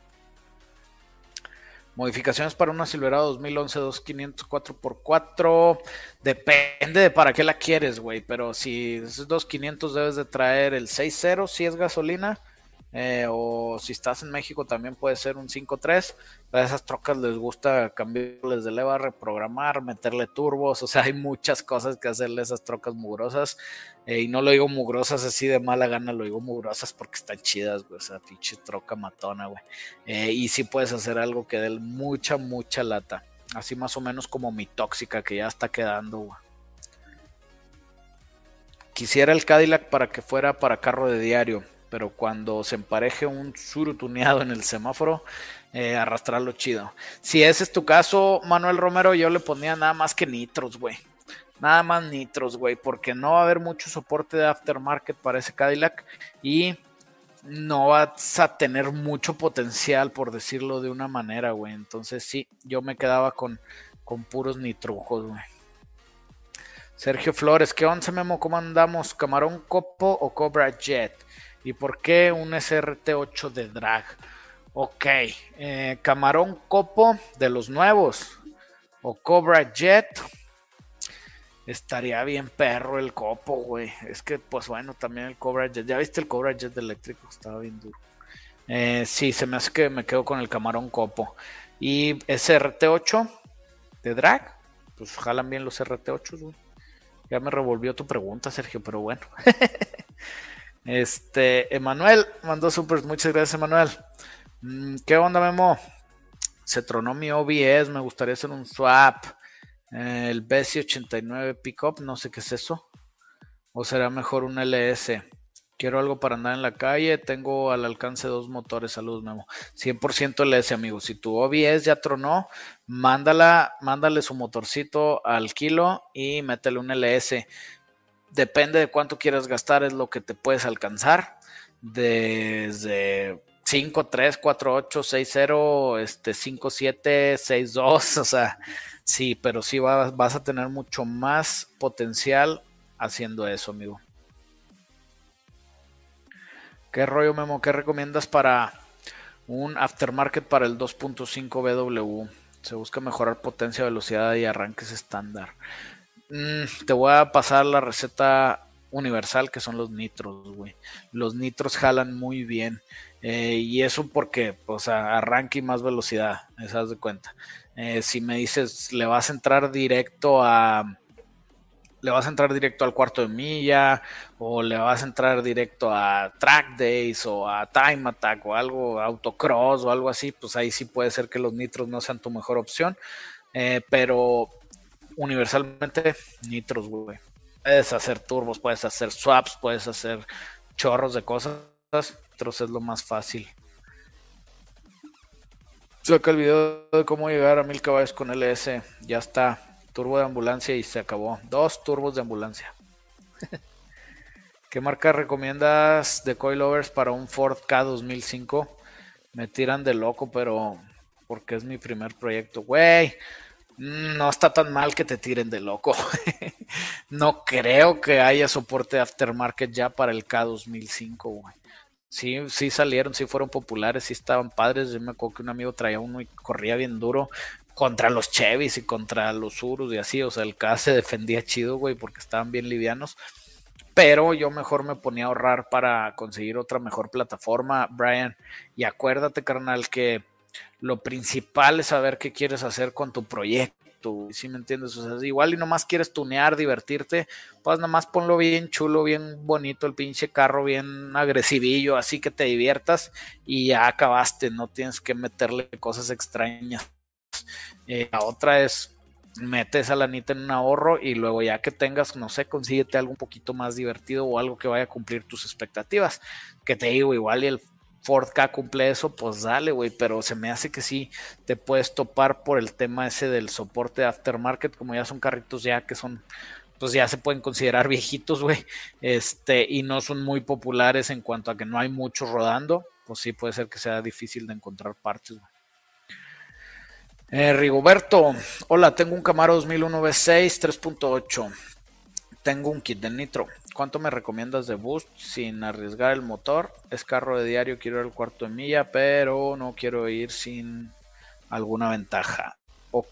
Modificaciones para una Silverado dos mil once dos quinientos cuatro por cuatro. Depende de para qué la quieres, güey. Pero si es dos quinientos debes de traer el seis cero si es gasolina. Eh, o si estás en México también puede ser un cinco tres. A esas trocas les gusta cambiarles de leva, reprogramar, meterle turbos. O sea, hay muchas cosas que hacerle a esas trocas mugrosas. Eh, y no lo digo mugrosas así de mala gana, lo digo mugrosas porque están chidas, güey. O sea, pinche troca matona, güey. Eh, y sí puedes hacer algo que dé mucha, mucha lata. Así más o menos como mi tóxica que ya está quedando, güey. Quisiera el Cadillac para que fuera para carro de diario, pero cuando se empareje un surutuneado en el semáforo, eh, arrastrarlo chido. Si ese es tu caso, Manuel Romero, yo le ponía nada más que nitros, güey. Nada más nitros, güey, porque no va a haber mucho soporte de aftermarket para ese Cadillac y no vas a tener mucho potencial, por decirlo de una manera, güey. Entonces sí, yo me quedaba con, con puros nitrujos, güey. Sergio Flores, ¿qué once, Memo? ¿Cómo andamos? ¿Camarón Copo o Cobra Jet? ¿Y por qué un S R T ocho de drag? Ok, eh, Camarón Copo de los nuevos o Cobra Jet. Estaría bien perro el Copo, güey. Es que, pues bueno, también el Cobra Jet. ¿Ya viste el Cobra Jet eléctrico? Estaba bien duro. Eh, sí, se me hace que me quedo con el Camarón Copo. Y S R T ocho de drag. Pues jalan bien los R T ocho, güey. Ya me revolvió tu pregunta, Sergio, pero bueno. Este, Emanuel mandó super, muchas gracias, Emanuel. ¿Qué onda, Memo? Se tronó mi O B S, me gustaría hacer un swap. Eh, el B S ochenta y nueve Pickup, no sé qué es eso. O será mejor un L S. Quiero algo para andar en la calle. Tengo al alcance dos motores. Saludos, Memo. cien por ciento L S, amigo. Si tu O B S ya tronó, mándala, mándale su motorcito al kilo y métele un L S. Depende de cuánto quieras gastar, es lo que te puedes alcanzar. Desde cinco tres, cuatro ocho, seis cero, este, cinco siete, seis dos. O sea, sí, pero sí vas, vas a tener mucho más potencial haciendo eso, amigo. ¿Qué rollo, Memo? ¿Qué recomiendas para un aftermarket para el dos punto cinco B W? Se busca mejorar potencia, velocidad y arranques estándar. Mm, te voy a pasar la receta universal que son los nitros, güey. Los nitros jalan muy bien. Eh, y eso porque, o sea, arranque y más velocidad, ¿se das de cuenta? Eh, si me dices, le vas a entrar directo a... le vas a entrar directo al cuarto de milla o le vas a entrar directo a track days o a time attack o algo, autocross o algo así, pues ahí sí puede ser que los nitros no sean tu mejor opción, eh, pero universalmente nitros, güey. Puedes hacer turbos, puedes hacer swaps, puedes hacer chorros de cosas, nitros es lo más fácil. Saca el video de cómo llegar a mil caballos con L S, ya está. Turbo de ambulancia y se acabó. Dos turbos de ambulancia. ¿Qué marca recomiendas de coilovers para un Ford Ka dos mil cinco? Me tiran de loco, pero porque es mi primer proyecto. Güey, no está tan mal que te tiren de loco. No creo que haya soporte aftermarket ya para el Ka dos mil cinco, güey. Sí, sí salieron, sí fueron populares, sí estaban padres. Yo me acuerdo que un amigo traía uno y corría bien duro contra los Chevys y contra los Urus y así. O sea, el Ka se defendía chido, güey, porque estaban bien livianos. Pero yo mejor me ponía a ahorrar para conseguir otra mejor plataforma, Brian. Y acuérdate, carnal, que lo principal es saber qué quieres hacer con tu proyecto. ¿Sí me entiendes? O sea, igual y nomás quieres tunear, divertirte, pues nomás ponlo bien chulo, bien bonito el pinche carro, bien agresivillo, así que te diviertas y ya acabaste. No tienes que meterle cosas extrañas. Eh, la otra es mete esa lanita en un ahorro y luego ya que tengas, no sé, consíguete algo un poquito más divertido o algo que vaya a cumplir tus expectativas. Que te digo, igual y el Ford Ka cumple eso, pues dale, güey, pero se me hace que sí te puedes topar por el tema ese del soporte aftermarket, como ya son carritos ya que son, pues ya se pueden considerar viejitos, güey, este, y no son muy populares en cuanto a que no hay muchos rodando, pues sí puede ser que sea difícil de encontrar partes, güey. Eh, Rigoberto, hola, tengo un Camaro dos mil uno V seis tres punto ocho. Tengo un kit de nitro. ¿Cuánto me recomiendas de boost sin arriesgar el motor? Es carro de diario, quiero ir al cuarto de milla, pero no quiero ir sin alguna ventaja. Ok.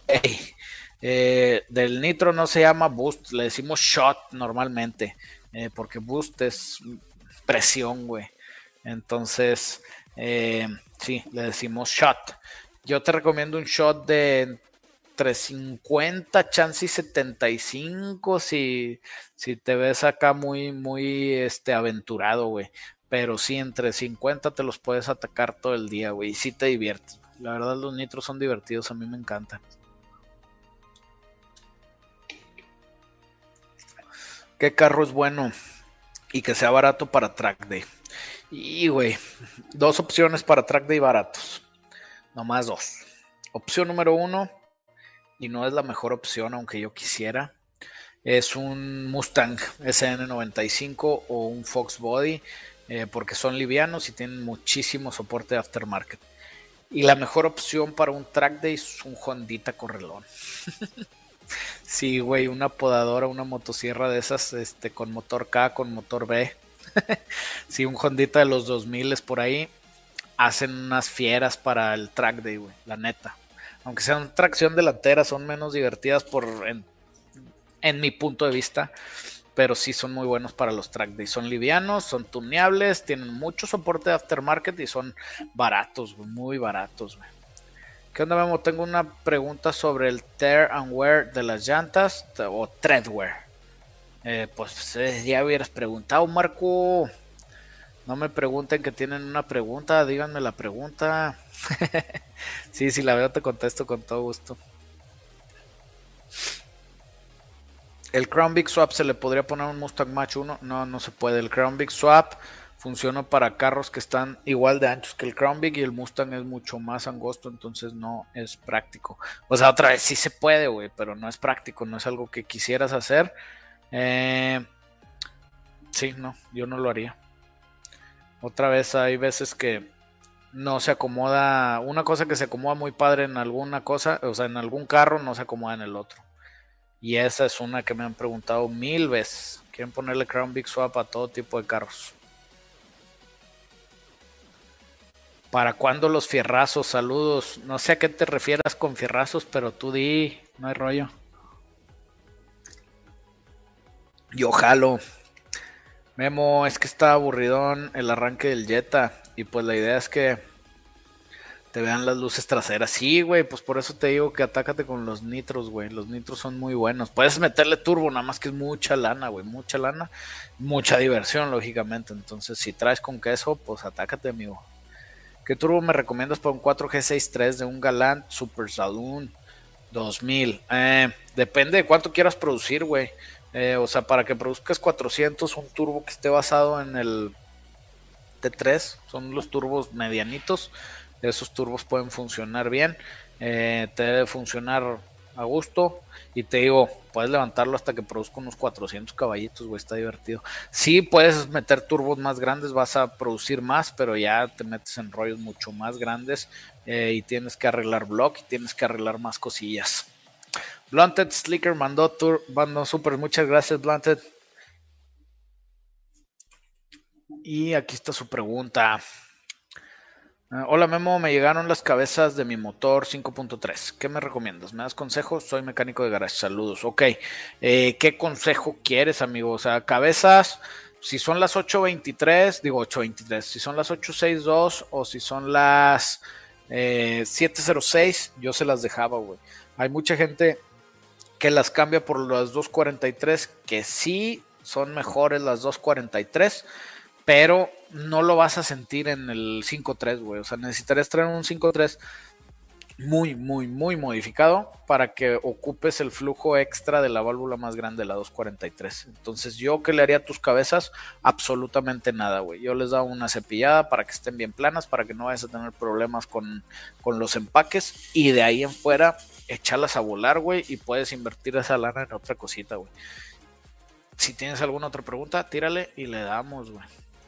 Eh, del nitro no se llama boost, le decimos shot normalmente, eh, porque boost es presión, güey. Entonces, eh, sí, le decimos shot. Yo te recomiendo un shot de entre cincuenta, chance y setenta y cinco, si, si te ves acá muy, muy este, aventurado, güey. Pero sí, entre cincuenta te los puedes atacar todo el día, güey. Y sí te diviertes. La verdad, los nitros son divertidos, a mí me encantan. ¿Qué carro es bueno y que sea barato para track day? Y, güey, dos opciones para track day baratos. Nomás dos. Opción número uno, y no es la mejor opción, aunque yo quisiera, es un Mustang S N noventa y cinco o un Fox Body, eh, porque son livianos y tienen muchísimo soporte de aftermarket. Y la mejor opción para un track day es un Hondita Correlón. Sí, güey, una podadora, una motosierra de esas, este, con motor K, con motor B. Sí, un Hondita de los dos mil por ahí. Hacen unas fieras para el track day, güey, la neta. Aunque sean tracción delantera, son menos divertidas por en, en mi punto de vista, pero sí son muy buenos para los track days. Son livianos, son tuneables, tienen mucho soporte de aftermarket y son baratos, güey, muy baratos, güey. ¿Qué onda, Memo? Tengo una pregunta sobre el tear and wear de las llantas o treadwear. Eh, pues eh, ya hubieras preguntado, Marco. No me pregunten que tienen una pregunta, díganme la pregunta. Sí, si la veo te contesto con todo gusto. ¿El Crown Big Swap se le podría poner un Mustang Mach uno? No, no se puede. El Crown Big Swap funciona para carros que están igual de anchos que el Crown Big y el Mustang es mucho más angosto, entonces no es práctico. O sea, otra vez sí se puede, güey, pero no es práctico, no es algo que quisieras hacer. Eh, sí, no, yo no lo haría. Otra vez hay veces que no se acomoda, una cosa que se acomoda muy padre en alguna cosa, o sea, en algún carro no se acomoda en el otro. Y esa es una que me han preguntado mil veces. Quieren ponerle Crown Big Swap a todo tipo de carros. ¿Para cuándo los fierrazos? Saludos. No sé a qué te refieras con fierrazos, pero tú di, no hay rollo. Yo jalo. Memo, es que está aburridón el arranque del Jetta. Y pues la idea es que te vean las luces traseras. Sí, güey, pues por eso te digo que atácate con los nitros, güey. Los nitros son muy buenos. Puedes meterle turbo, nada más que es mucha lana, güey. Mucha lana, mucha diversión, lógicamente. Entonces, si traes con queso, pues atácate, amigo. ¿Qué turbo me recomiendas para un cuatro G sesenta y tres de un Galant Super Saloon dos mil? Eh, depende de cuánto quieras producir, güey. Eh, o sea, para que produzcas cuatrocientos, un turbo que esté basado en el T tres, son los turbos medianitos. Esos turbos pueden funcionar bien. Eh, te debe funcionar a gusto. Y te digo, puedes levantarlo hasta que produzca unos cuatrocientos caballitos, güey, está divertido. Sí, puedes meter turbos más grandes, vas a producir más, pero ya te metes en rollos mucho más grandes eh, y tienes que arreglar block y tienes que arreglar más cosillas. Blunted Slicker mandó, tour, mandó super, muchas gracias, Blunted. Y aquí está su pregunta. Uh, hola Memo, me llegaron las cabezas de mi motor cinco punto tres. ¿Qué me recomiendas? ¿Me das consejos? Soy mecánico de garage. Saludos. Ok. Eh, ¿Qué consejo quieres, amigo? O sea, cabezas, si son las ocho veintitrés, digo ocho veintitrés, si son las ocho sesenta y dos o si son las eh, siete cero seis, yo se las dejaba, güey. Hay mucha gente que las cambia por las dos cuarenta y tres, que sí son mejores las dos cuarenta y tres, pero no lo vas a sentir en el cinco tres, güey. O sea, necesitarías traer un cinco tres muy, muy, muy modificado para que ocupes el flujo extra de la válvula más grande, la dos cuarenta y tres. Entonces, ¿yo qué le haría a tus cabezas? Absolutamente nada, güey. Yo les daba una cepillada para que estén bien planas, para que no vayas a tener problemas con, con los empaques, y de ahí en fuera, echarlas a volar, güey, y puedes invertir esa lana en otra cosita, güey. Si tienes alguna otra pregunta, tírale y le damos, güey.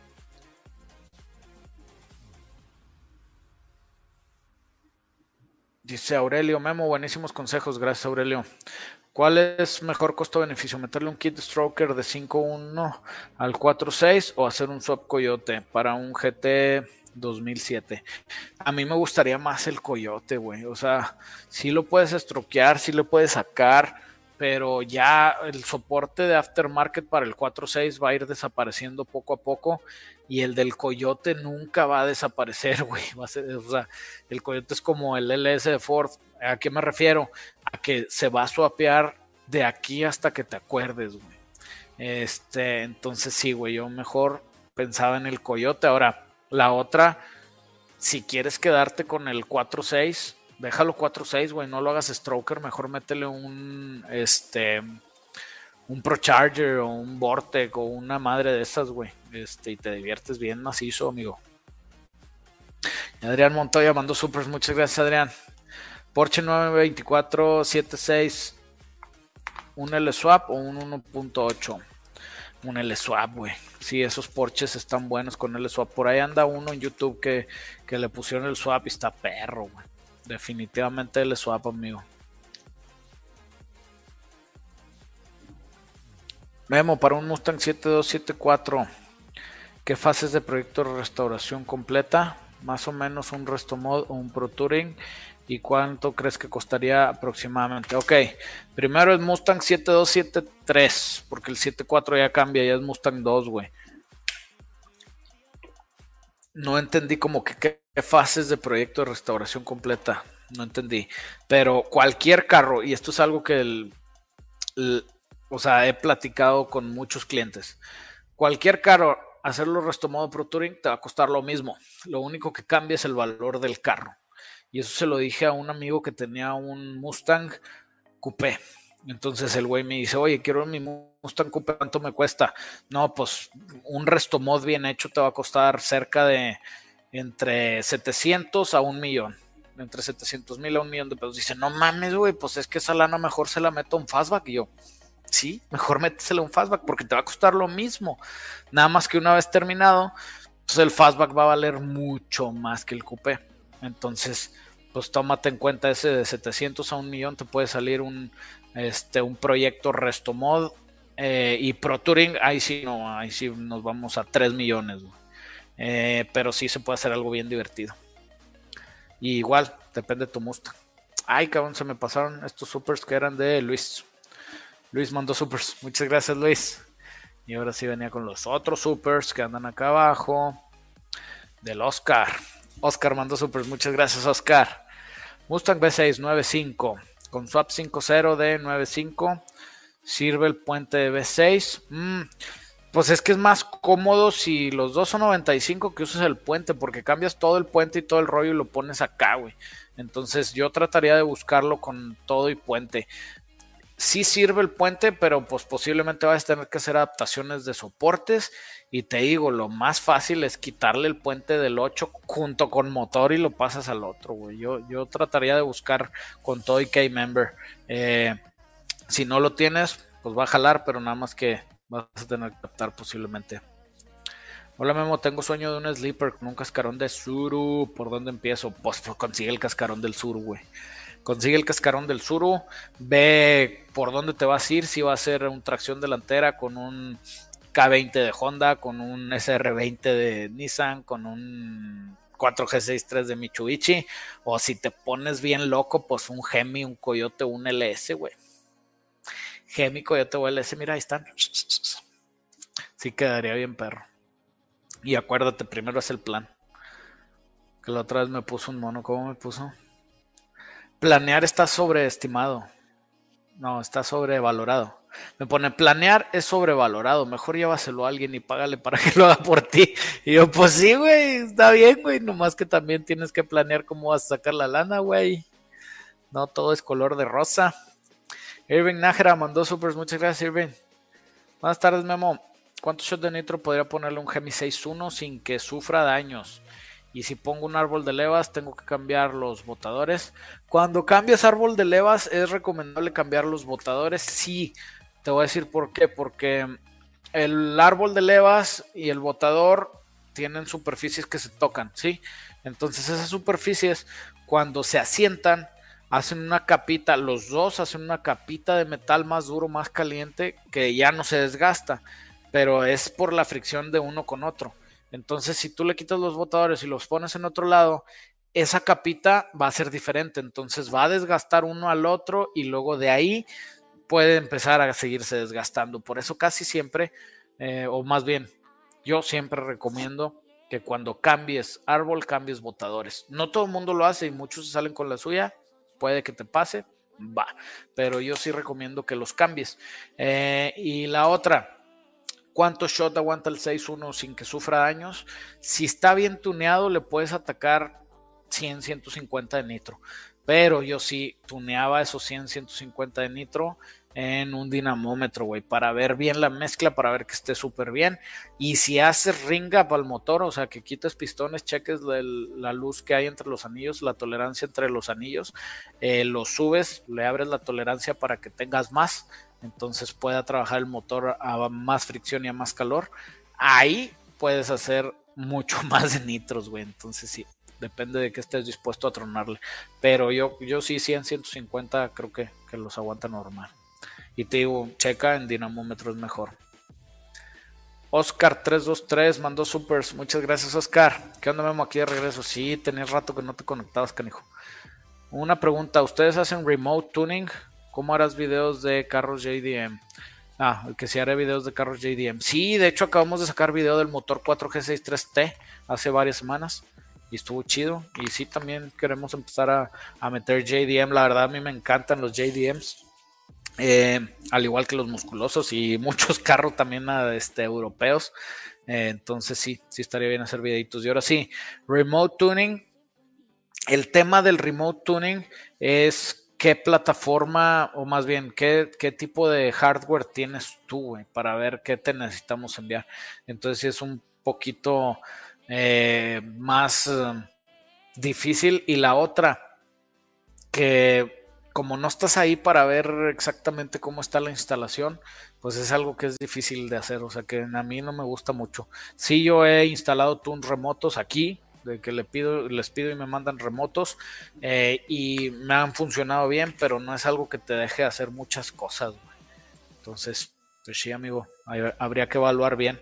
Dice Aurelio, Memo, buenísimos consejos, gracias Aurelio. ¿Cuál es mejor costo-beneficio? ¿Meterle un kit stroker de cinco uno al cuatro seis o hacer un swap Coyote para un G T dos mil siete? A mí me gustaría más el Coyote, güey. O sea, sí lo puedes estroquear, sí lo puedes sacar, pero ya el soporte de aftermarket para el cuatro seis va a ir desapareciendo poco a poco, y el del Coyote nunca va a desaparecer, güey. Va a ser, o sea, el Coyote es como el L S de Ford. ¿A qué me refiero? A que se va a swapear de aquí hasta que te acuerdes, güey. Este, entonces sí, güey, yo mejor pensaba en el Coyote. Ahora, la otra, si quieres quedarte con el cuatro seis, déjalo cuatro seis, güey, no lo hagas stroker, mejor métele un, este, un ProCharger o un Vortec o una madre de esas, güey, este, y te diviertes bien macizo, amigo. Adrián Montoya mandó supers, muchas gracias, Adrián. Porsche nueve veinticuatro setenta y seis, un L-Swap o un uno punto ocho. Un L-Swap, güey. Sí, esos Porsches están buenos con L-Swap. Por ahí anda uno en YouTube que, que le pusieron el swap y está perro, güey. Definitivamente L-Swap, amigo. Memo, para un Mustang siete dos siete cuatro, ¿qué fases de proyecto de restauración completa? Más o menos un Resto Mod o un Pro Touring. ¿Y cuánto crees que costaría aproximadamente? Ok, primero el Mustang siete dos siete tres, porque el siete cuatro ya cambia, ya es Mustang dos, güey. No entendí como que qué fases de proyecto de restauración completa, no entendí. Pero cualquier carro, y esto es algo que el, el, o sea, he platicado con muchos clientes, cualquier carro, hacerlo Resto Modo Pro Touring te va a costar lo mismo. Lo único que cambia es el valor del carro. Y eso se lo dije a un amigo que tenía un Mustang Coupé. Entonces el güey me dice, oye, quiero mi Mustang Coupé, ¿cuánto me cuesta? No, pues un Resto Mod bien hecho te va a costar cerca de entre setecientos a un millón. Entre setecientos mil a un millón de pesos. Dice, no mames, güey, pues es que esa lana mejor se la meto a un fastback. Y yo, sí, mejor métesela a un fastback porque te va a costar lo mismo. Nada más que una vez terminado, pues el fastback va a valer mucho más que el Coupé. Entonces, pues tómate en cuenta ese de setecientos a un millón, te puede salir un, este, un proyecto Resto Mod eh, y Pro Touring, ahí sí, no, ahí sí nos vamos a tres millones, eh, pero sí se puede hacer algo bien divertido. Y igual, depende de tu Mustang. Ay, cabrón, se me pasaron estos supers que eran de Luis. Luis mandó supers, muchas gracias Luis. Y ahora sí venía con los otros supers que andan acá abajo. Del Oscar. Oscar mandó supers, muchas gracias Oscar. Mustang V seis nueve cinco con swap cinco cero de nueve cinco. Sirve el puente de V seis. Mm, pues es que es más cómodo si los dos son noventa y cinco que uses el puente, porque cambias todo el puente y todo el rollo y lo pones acá, güey. Entonces yo trataría de buscarlo con todo y puente. sí sirve el puente, pero pues posiblemente vas a tener que hacer adaptaciones de soportes. Y te digo, lo más fácil es quitarle el puente del ocho junto con motor y lo pasas al otro, güey. Yo, yo trataría de buscar con todo y K-Member. Eh, si no lo tienes, pues va a jalar, pero nada más que vas a tener que adaptar posiblemente. Hola Memo, tengo sueño de un sleeper con un cascarón de Suru. ¿Por dónde empiezo? Pues, pues consigue el cascarón del Suru, güey. Consigue el cascarón del Suru, ve por dónde te vas a ir, si va a ser un tracción delantera con un K veinte de Honda, con un S R veinte de Nissan, con un cuatro G sesenta y tres de Mitsubishi, o si te pones bien loco, pues un Hemi, un Coyote, un L S, güey. Hemi, Coyote o L S, mira, ahí están. Sí quedaría bien, perro. Y acuérdate, primero es el plan. Que la otra vez me puso un mono, ¿cómo me puso? Planear está sobreestimado. No, está sobrevalorado. Me pone, planear es sobrevalorado. Mejor llévaselo a alguien y págale para que lo haga por ti. Y yo, pues sí, güey, está bien, güey. Nomás que también tienes que planear cómo vas a sacar la lana, güey. No todo es color de rosa. Irving Nájera mandó supers. Muchas gracias, Irving. Buenas tardes, Memo. ¿Cuántos shots de nitro podría ponerle un Hemi seis uno sin que sufra daños? Y si pongo un árbol de levas, tengo que cambiar los botadores. Cuando cambias árbol de levas, es recomendable cambiar los botadores. Sí, te voy a decir por qué. Porque el árbol de levas y el botador tienen superficies que se tocan, ¿sí? Entonces esas superficies, cuando se asientan, hacen una capita, los dos hacen una capita de metal más duro, más caliente, que ya no se desgasta, pero es por la fricción de uno con otro. Entonces, si tú le quitas los botadores y los pones en otro lado, esa capita va a ser diferente. Entonces va a desgastar uno al otro y luego de ahí puede empezar a seguirse desgastando. Por eso casi siempre, eh, o más bien, yo siempre recomiendo que cuando cambies árbol, cambies botadores. No todo el mundo lo hace y muchos salen con la suya. Puede que te pase, va. Pero yo sí recomiendo que los cambies. Eh, y la otra, ¿cuánto shot aguanta el seis uno sin que sufra daños? Si está bien tuneado, le puedes atacar cien, ciento cincuenta de nitro. Pero yo sí tuneaba esos cien, ciento cincuenta de nitro en un dinamómetro, güey, para ver bien la mezcla, para ver que esté súper bien. Y si haces ringa para el motor, o sea, que quites pistones, cheques la, la luz que hay entre los anillos, la tolerancia entre los anillos, eh, lo subes, le abres la tolerancia para que tengas más, entonces pueda trabajar el motor a más fricción y a más calor. Ahí puedes hacer mucho más de nitros, güey. Entonces sí, depende de que estés dispuesto a tronarle. Pero yo, yo sí, cien, ciento cincuenta creo que, que los aguanta normal. Y te digo, checa en dinamómetro es mejor. Oscar tres dos tres mandó supers. Muchas gracias, Oscar. ¿Qué onda, Memo? Aquí de regreso. Sí, tenías rato que no te conectabas, canijo. Una pregunta, ¿ustedes hacen remote tuning? ¿Cómo harás videos de carros J D M? Ah, que si haré videos de carros J D M. Sí, de hecho acabamos de sacar video del motor cuatro G sesenta y tres T hace varias semanas y estuvo chido. Y sí, también queremos empezar a, a meter J D M. La verdad, a mí me encantan los J D Ms. Eh, al igual que los musculosos y muchos carros también este, europeos. Eh, entonces sí, sí estaría bien hacer videitos. Y ahora sí, remote tuning. El tema del remote tuning es qué plataforma, o más bien, qué, qué tipo de hardware tienes tú, güey, para ver qué te necesitamos enviar. Entonces sí es un poquito eh, más eh, difícil. Y la otra, que como no estás ahí para ver exactamente cómo está la instalación, pues es algo que es difícil de hacer. O sea que a mí no me gusta mucho. Sí, yo he instalado tunes remotos aquí, de que le pido, les pido y me mandan remotos eh, y me han funcionado bien, pero no es algo que te deje hacer muchas cosas, güey. Entonces, pues sí, amigo, habría que evaluar bien.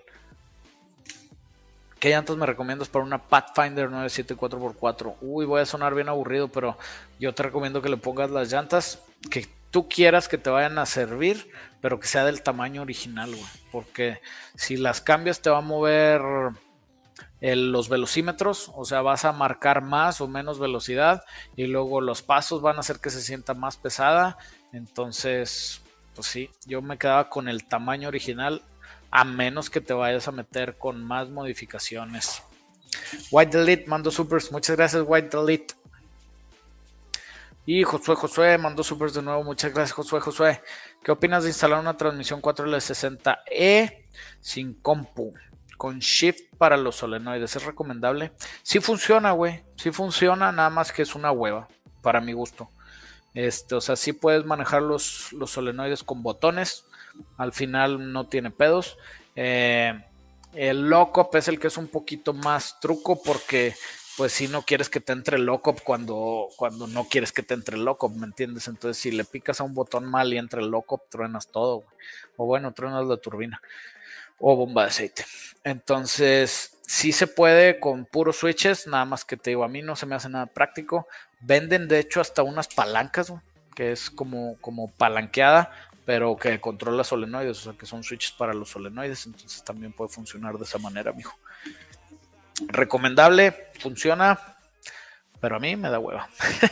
¿Qué llantas me recomiendas para una Pathfinder nueve siete cuatro por cuatro? Uy, voy a sonar bien aburrido, pero yo te recomiendo que le pongas las llantas que tú quieras que te vayan a servir, pero que sea del tamaño original, güey. Porque si las cambias te va a mover el, los velocímetros, o sea, vas a marcar más o menos velocidad y luego los pasos van a hacer que se sienta más pesada. Entonces, pues sí, yo me quedaba con el tamaño original, a menos que te vayas a meter con más modificaciones. White Delete mando supers. Muchas gracias, White Delete. Y Josué Josué mandó supers de nuevo. Muchas gracias, Josué Josué. ¿Qué opinas de instalar una transmisión cuatro L sesenta E sin compu? Con shift para los solenoides. ¿Es recomendable? Sí funciona, güey. Sí funciona, nada más que es una hueva, para mi gusto. Este, o sea, sí puedes manejar los, los solenoides con botones. Al final no tiene pedos. Eh, el lockup es el que es un poquito más truco porque pues si no quieres que te entre el lockup cuando, cuando no quieres que te entre el lockup, ¿me entiendes? Entonces si le picas a un botón mal y entra el lockup, truenas todo, güey. O bueno, truenas la turbina o bomba de aceite. Entonces sí se puede con puros switches, nada más que te digo, a mí no se me hace nada práctico. Venden de hecho hasta unas palancas, güey, que es como, como palanqueada, pero que controla solenoides, o sea que son switches para los solenoides, entonces también puede funcionar de esa manera, mijo. Recomendable, funciona, pero a mí me da hueva.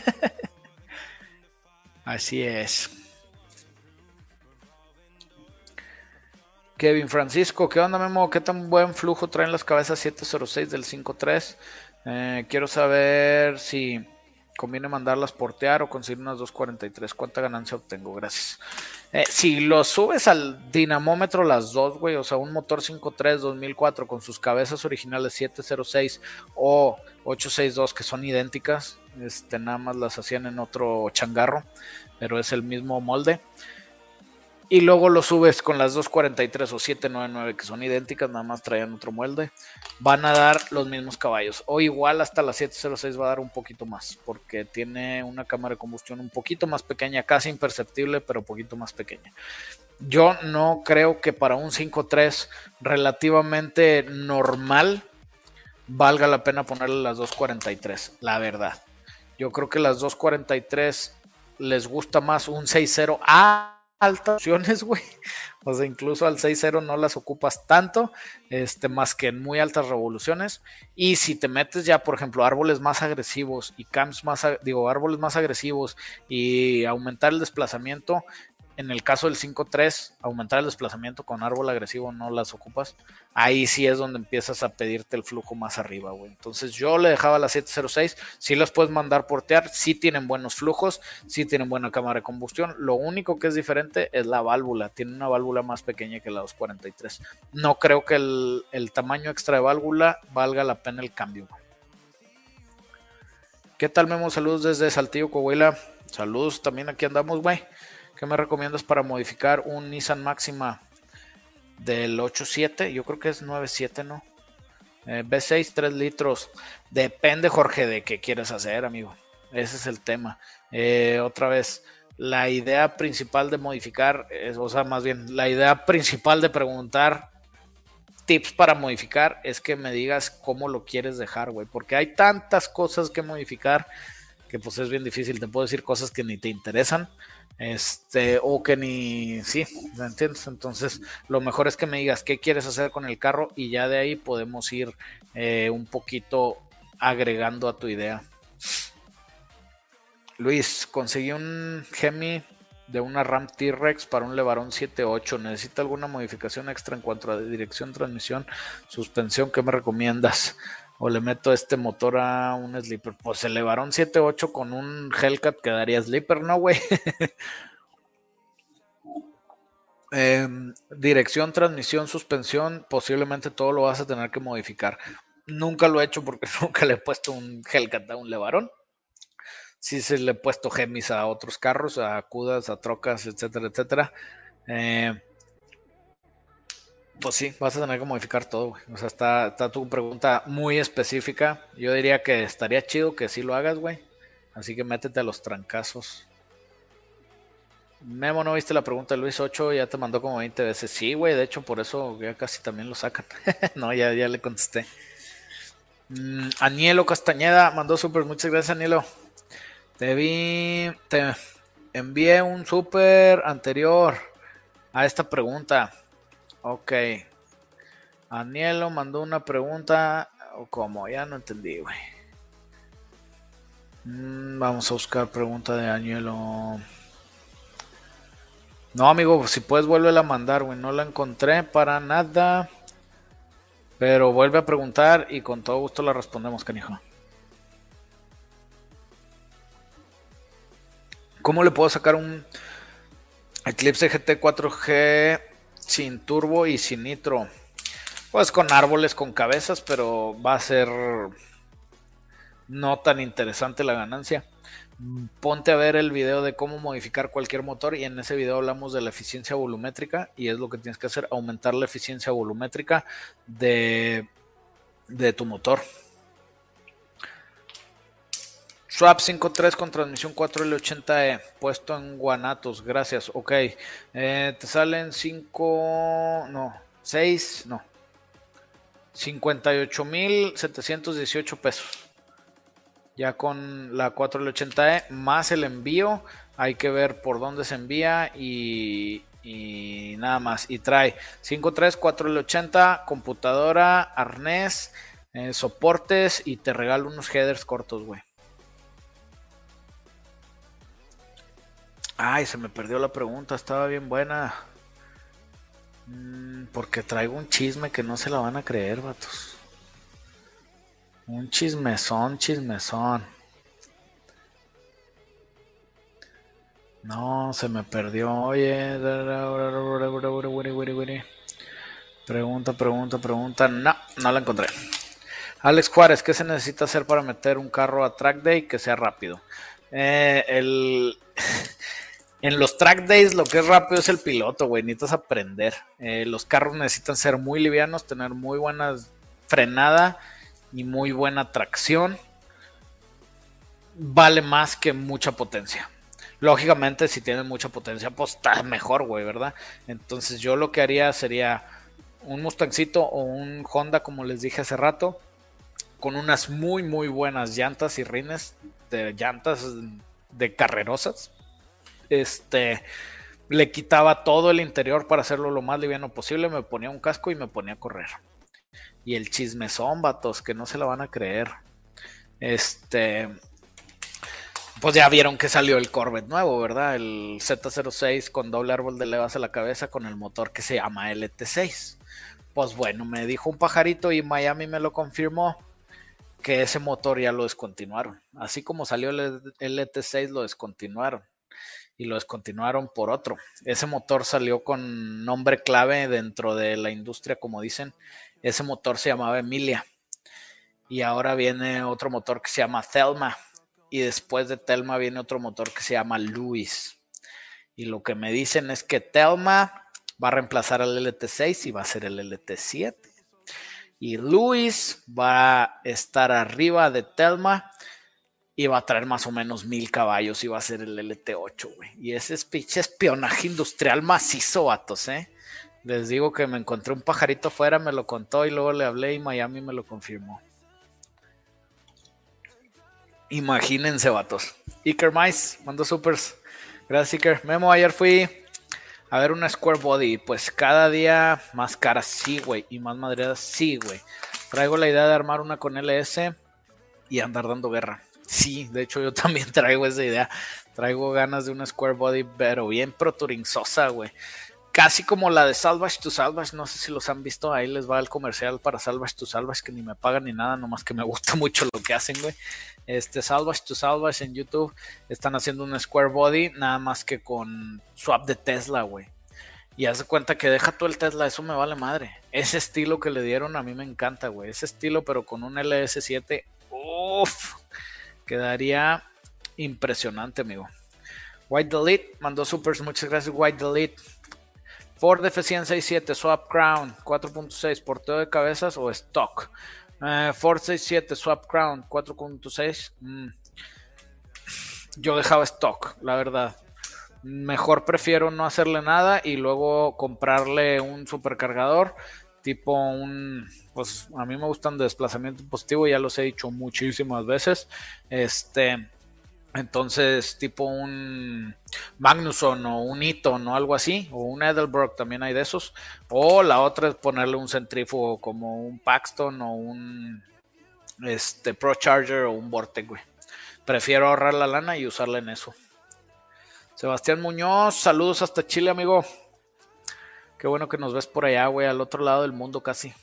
Así es. Kevin Francisco, ¿qué onda, Memo? ¿Qué tan buen flujo traen las cabezas siete cero seis del cinco tres? Eh, quiero saber si conviene mandarlas portear o conseguir unas dos cuarenta y tres. ¿Cuánta ganancia obtengo? Gracias. Eh, si lo subes al dinamómetro las dos, güey, o sea, un motor cinco tres dos mil cuatro con sus cabezas originales siete cero seis o ocho sesenta y dos que son idénticas, este, nada más las hacían en otro changarro, pero es el mismo molde. Y luego lo subes con las dos cuarenta y tres o siete noventa y nueve que son idénticas, nada más traían otro molde, van a dar los mismos caballos. O igual hasta la siete cero seis va a dar un poquito más, porque tiene una cámara de combustión un poquito más pequeña, casi imperceptible, pero un poquito más pequeña. Yo no creo que para un cinco tres relativamente normal valga la pena ponerle las dos cuarenta y tres, la verdad. Yo creo que las dos cuarenta y tres les gusta más un seis cero a altas opciones, güey. O sea, incluso al seis cero no las ocupas tanto, este, más que en muy altas revoluciones. Y si te metes ya, por ejemplo, árboles más agresivos y camps más, digo, árboles más agresivos y aumentar el desplazamiento, en el caso del cinco tres, aumentar el desplazamiento con árbol agresivo no las ocupas. Ahí sí es donde empiezas a pedirte el flujo más arriba, güey. Entonces yo le dejaba las siete cero seis, sí las puedes mandar portear, sí tienen buenos flujos, sí tienen buena cámara de combustión. Lo único que es diferente es la válvula, tiene una válvula más pequeña que la dos cuarenta y tres. No creo que el, el tamaño extra de válvula valga la pena el cambio. ¿Qué tal, Memo? Saludos desde Saltillo, Coahuila. Saludos, también aquí andamos, güey. ¿Qué me recomiendas para modificar un Nissan Máxima del ocho siete? Yo creo que es nueve siete, ¿no? Eh, V seis, tres litros. Depende, Jorge, de qué quieres hacer, amigo. Ese es el tema. Eh, otra vez, la idea principal de modificar, es, o sea, más bien, la idea principal de preguntar tips para modificar es que me digas cómo lo quieres dejar, güey. Porque hay tantas cosas que modificar que pues es bien difícil. Te puedo decir cosas que ni te interesan. Este, o que ni, sí, ¿me entiendes? Entonces, lo mejor es que me digas qué quieres hacer con el carro y ya de ahí podemos ir eh, un poquito agregando a tu idea. Luis, conseguí un Hemi de una Ram T-Rex para un Levarón siete ocho. ¿Necesita alguna modificación extra en cuanto a dirección, transmisión, suspensión? ¿Qué me recomiendas? O le meto este motor a un sleeper. Pues el Levarón siete ocho con un Hellcat quedaría sleeper, ¿no, güey? Eh, dirección, transmisión, suspensión, posiblemente todo lo vas a tener que modificar. Nunca lo he hecho porque nunca le he puesto un Hellcat a un Levarón. Sí se le he puesto Gemis a otros carros, a Cudas, a trocas, etcétera, etcétera. Eh, pues sí, vas a tener que modificar todo, güey. O sea, está, está tu pregunta muy específica. Yo diría que estaría chido que sí lo hagas, güey. Así que métete a los trancazos. Memo, ¿no viste la pregunta de Luis ocho? Ya te mandó como veinte veces. Sí, güey, de hecho por eso ya casi también lo sacan. No, ya, ya le contesté. Mm, Anielo Castañeda mandó super. Muchas gracias, Anielo. Te vi, te envié un super anterior a esta pregunta. Ok. Anielo mandó una pregunta. ¿O cómo? Ya no entendí, güey. Mm, vamos a buscar pregunta de Anielo. No, amigo, si puedes vuelve a mandar, güey. No la encontré para nada. Pero vuelve a preguntar y con todo gusto la respondemos, canijo. ¿Cómo le puedo sacar un Eclipse G T cuatro G sin turbo y sin nitro? Pues con árboles, con cabezas, pero va a ser no tan interesante la ganancia. Ponte a ver el video de cómo modificar cualquier motor y en ese video hablamos de la eficiencia volumétrica y es lo que tienes que hacer, aumentar la eficiencia volumétrica de, de tu motor. Swap cinco punto tres con transmisión cuatro L ochenta E puesto en Guanatos, gracias, ok. Eh, te salen cinco, no, seis, no, cincuenta y ocho mil setecientos dieciocho pesos. Ya con la cuatro L ochenta E más el envío, hay que ver por dónde se envía y, y nada más. Y trae cinco punto tres, cuatro L ochenta, computadora, arnés, eh, soportes y te regalo unos headers cortos, güey. Ay, se me perdió la pregunta, estaba bien buena. Mm, porque traigo un chisme que no se la van a creer, vatos. Un chismezón, chismezón. No, se me perdió. Oye. Pregunta, pregunta, pregunta. No, no la encontré. Alex Juárez, ¿qué se necesita hacer para meter un carro a track day que sea rápido? Eh, el... En los track days lo que es rápido es el piloto, güey. Necesitas aprender. Eh, los carros necesitan ser muy livianos, tener muy buena frenada y muy buena tracción. Vale más que mucha potencia. Lógicamente, si tienes mucha potencia, pues está mejor, güey, ¿verdad? Entonces yo lo que haría sería un Mustangcito o un Honda, como les dije hace rato, con unas muy, muy buenas llantas y rines de llantas de carrerosas. Este, le quitaba todo el interior para hacerlo lo más liviano posible, me ponía un casco y me ponía a correr. Y el chismezón, vatos, que no se la van a creer. Este, pues ya vieron que salió el Corvette nuevo, ¿verdad? El Z cero seis con doble árbol de levas a la cabeza con el motor que se llama L T seis. Pues bueno, me dijo un pajarito y Miami me lo confirmó que ese motor ya lo descontinuaron. Así como salió el L T seis, lo descontinuaron. Y lo descontinuaron por otro. Ese motor salió con nombre clave dentro de la industria, como dicen. Ese motor se llamaba Emilia. Y ahora viene otro motor que se llama Thelma. Y después de Thelma viene otro motor que se llama Lewis. Y lo que me dicen es que Thelma va a reemplazar al L T seis y va a ser el L T siete. Y Lewis va a estar arriba de Thelma y va a traer más o menos mil caballos y va a ser el L T ocho, güey. Y ese es pinche espionaje industrial macizo, vatos, ¿eh? Les digo que me encontré un pajarito afuera, me lo contó y luego le hablé y Miami me lo confirmó. Imagínense, vatos. Iker Mice mandó supers. Gracias, Iker. Memo, ayer fui a ver una Square Body. Pues cada día más cara, sí, güey. Y más madreadas, sí, güey. Traigo la idea de armar una con L S y andar dando guerra. Sí, de hecho yo también traigo esa idea. Traigo ganas de una Square Body, pero bien proturinzosa, güey. Casi como la de Salvage to Salvage, no sé si los han visto, ahí les va el comercial para Salvage to Salvage, que ni me pagan ni nada, nomás que me gusta mucho lo que hacen, güey. Este Salvage to Salvage en YouTube están haciendo un Square Body, nada más que con swap de Tesla, güey. Y haz de cuenta que deja todo el Tesla, eso me vale madre. Ese estilo que le dieron a mí me encanta, güey. Ese estilo, pero con un L S siete, uff, quedaría impresionante, amigo. White Delete mandó supers, muchas gracias, White Delete. Ford F cien sesenta y siete, Swap Crown, cuatro punto seis, porteo de cabezas o stock. Uh, Ford sesenta y siete, Swap Crown, cuatro punto seis. Mm. Yo dejaba stock, la verdad. Mejor prefiero no hacerle nada y luego comprarle un supercargador, tipo un, pues a mí me gustan de desplazamiento positivo, ya los he dicho muchísimas veces. Este... Entonces, tipo un Magnusson o un Eaton o algo así, o un Edelbrock, también hay de esos. O la otra es ponerle un centrífugo como un Paxton o un este, Pro Charger o un Vortec, güey. Prefiero ahorrar la lana y usarla en eso. Sebastián Muñoz, saludos hasta Chile, amigo. Qué bueno que nos ves por allá, güey, al otro lado del mundo casi.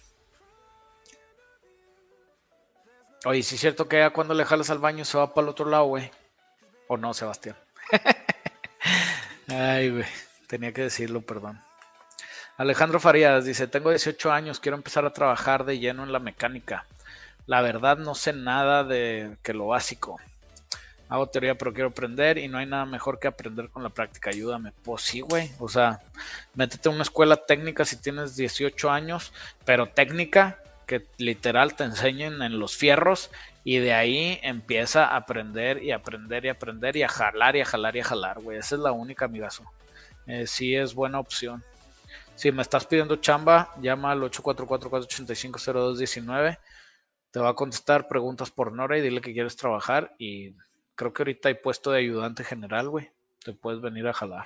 Oye, sí es cierto que ya cuando le jalas al baño se va para el otro lado, güey. ¿O no, Sebastián? Ay, güey, tenía que decirlo, perdón. Alejandro Farías dice, tengo dieciocho años, quiero empezar a trabajar de lleno en la mecánica. La verdad no sé nada de que lo básico. Hago teoría, pero quiero aprender y no hay nada mejor que aprender con la práctica. Ayúdame. Pues sí, güey. O sea, métete a una escuela técnica si tienes dieciocho años, pero técnica que literal te enseñen en los fierros y de ahí empieza a aprender y aprender y aprender y a jalar y a jalar y a jalar, güey. Esa es la única, amigazo. Eh, sí es buena opción. Si me estás pidiendo chamba, llama al ocho cuatro cuatro, cuatro ocho cinco, cero dos uno nueve. Te va a contestar preguntas por Nora y dile que quieres trabajar. Y creo que ahorita hay puesto de ayudante general, güey. Te puedes venir a jalar.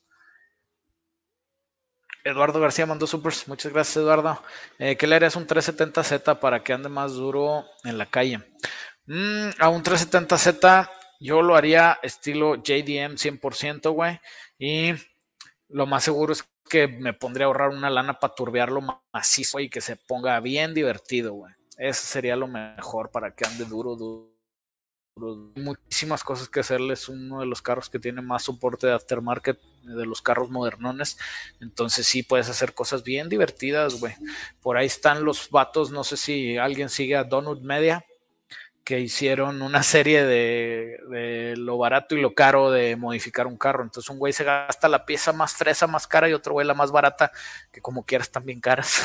Eduardo García mandó supers. Muchas gracias, Eduardo. Eh, ¿Qué le harías un trescientos setenta Z para que ande más duro en la calle? Mm, a un trescientos setenta Z yo lo haría estilo J D M cien por ciento, güey. Y lo más seguro es que me pondría a ahorrar una lana para turbearlo macizo y que se ponga bien divertido, güey. Eso sería lo mejor para que ande duro, duro, duro. Muchísimas cosas que hacerle. Es uno de los carros que tiene más soporte de aftermarket de los carros modernones. Entonces sí puedes hacer cosas bien divertidas, güey. Por ahí están los vatos, no sé si alguien sigue a Donut Media, que hicieron una serie de, de lo barato y lo caro de modificar un carro. Entonces un güey se gasta la pieza más fresa, más cara, y otro güey la más barata, que como quieras están bien caras.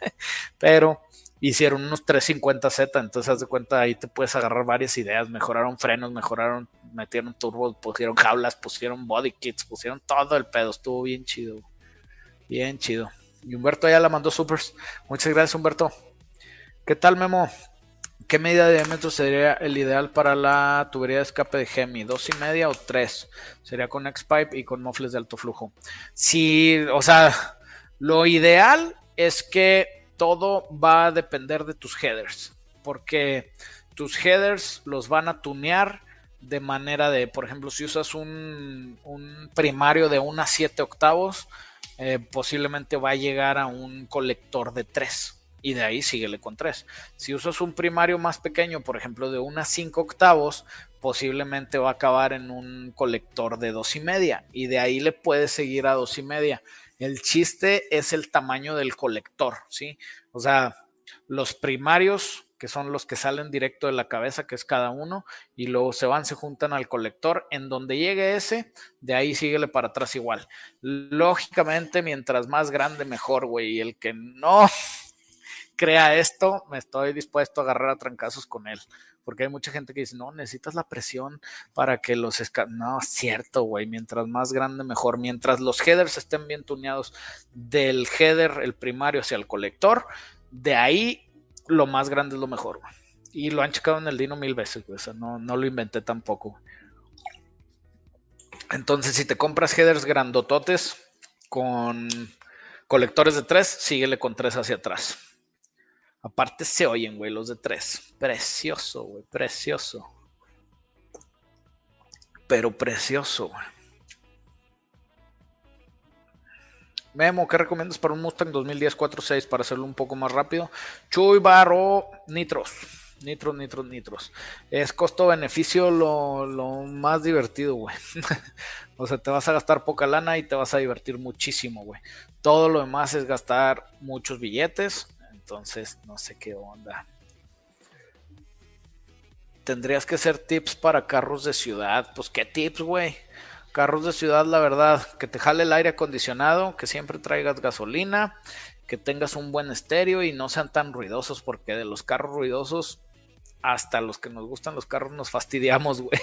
Pero hicieron unos trescientos cincuenta Z, entonces haz de cuenta, ahí te puedes agarrar varias ideas. Mejoraron frenos, mejoraron, metieron turbos, pusieron jaulas, pusieron body kits, pusieron todo el pedo. Estuvo bien chido, bien chido. Y Humberto ya la mandó supers. Muchas gracias, Humberto. ¿Qué tal, Memo? ¿Qué medida de diámetro sería el ideal para la tubería de escape de Hemi? ¿Dos y media o tres? Sería con X-Pipe y con mofles de alto flujo. Sí, o sea, lo ideal es que todo va a depender de tus headers, porque tus headers los van a tunear de manera de, por ejemplo, si usas un, un primario de uno a siete octavos, eh, posiblemente va a llegar a un colector de tres. Y de ahí síguele con tres. Si usas un primario más pequeño, por ejemplo de uno a cinco octavos, posiblemente va a acabar en un colector de dos y media, y de ahí le puedes seguir a dos y media. El chiste es el tamaño del colector, ¿sí? O sea, los primarios, que son los que salen directo de la cabeza, que es cada uno, y luego se van, se juntan al colector. En donde llegue ese, de ahí síguele para atrás igual. Lógicamente, mientras más grande, mejor, güey. Y el que no crea esto, me estoy dispuesto a agarrar a trancazos con él, porque hay mucha gente que dice, no, necesitas la presión para que los esca-. No, es cierto, güey, mientras más grande mejor. Mientras los headers estén bien tuneados del header, el primario, hacia el colector, de ahí lo más grande es lo mejor, güey. Y lo han checado en el Dino mil veces, güey. O sea, no, no lo inventé tampoco. Entonces, si te compras headers grandototes con colectores de tres, síguele con tres hacia atrás. Aparte se oyen, güey, los de tres. Precioso, güey, precioso. Pero precioso, güey. Memo, ¿qué recomiendas para un Mustang dos mil diez cuatro seis para hacerlo un poco más rápido? Chuy Barro, nitros. Nitros, nitros, nitros. Es costo-beneficio lo, lo más divertido, güey. O sea, te vas a gastar poca lana y te vas a divertir muchísimo, güey. Todo lo demás es gastar muchos billetes. Entonces, no sé qué onda. Tendrías que hacer tips para carros de ciudad. Pues, ¿qué tips, güey? Carros de ciudad, la verdad, que te jale el aire acondicionado, que siempre traigas gasolina, que tengas un buen estéreo y no sean tan ruidosos, porque de los carros ruidosos, hasta los que nos gustan los carros nos fastidiamos, güey.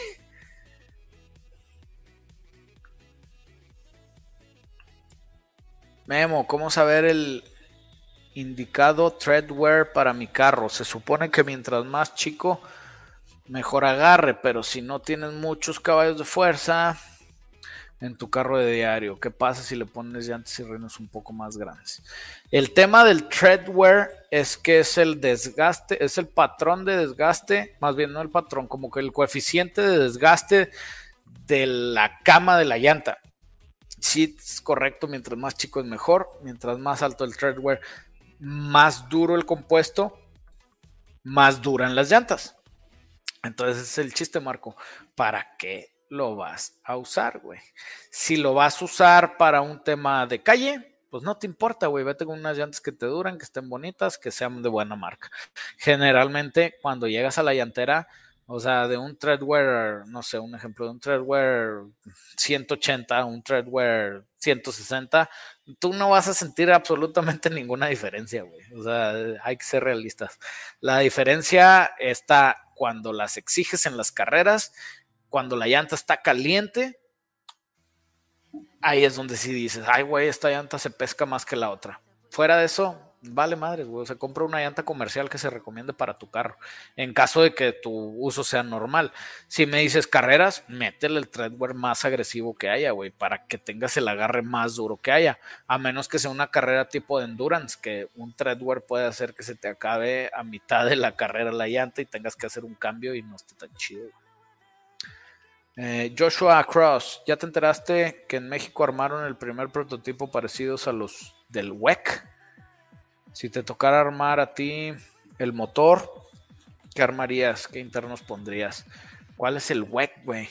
Memo, ¿cómo saber el indicado treadwear para mi carro? Se supone que mientras más chico, mejor agarre, pero si no tienes muchos caballos de fuerza en tu carro de diario, ¿qué pasa si le pones llantas y reinos un poco más grandes? El tema del treadwear es que es el desgaste, es el patrón de desgaste, más bien no el patrón, como que el coeficiente de desgaste de la cama de la llanta. Sí, es correcto, mientras más chico es mejor, mientras más alto el treadwear, más duro el compuesto, más duran las llantas. Entonces es el chiste, Marco, para que lo vas a usar, güey. Si lo vas a usar para un tema de calle, pues no te importa, güey. Vete con unas llantas que te duran, que estén bonitas, que sean de buena marca. Generalmente, cuando llegas a la llantera, o sea, de un Treadwear, no sé, un ejemplo de un Treadwear ciento ochenta, un Treadwear ciento sesenta, tú no vas a sentir absolutamente ninguna diferencia, güey. O sea, hay que ser realistas. La diferencia está cuando las exiges en las carreras, cuando la llanta está caliente, ahí es donde sí dices, ay, güey, esta llanta se pesca más que la otra. Fuera de eso, vale madre, güey. O sea, compra una llanta comercial que se recomiende para tu carro. En caso de que tu uso sea normal. Si me dices carreras, métele el treadwear más agresivo que haya, güey, para que tengas el agarre más duro que haya. A menos que sea una carrera tipo de endurance, que un treadwear puede hacer que se te acabe a mitad de la carrera la llanta y tengas que hacer un cambio y no esté tan chido, güey. Eh, Joshua Cross, ¿ya te enteraste que en México armaron el primer prototipo parecidos a los del W E C? Si te tocara armar a ti el motor, ¿qué armarías? ¿Qué internos pondrías? ¿Cuál es el W E C, güey?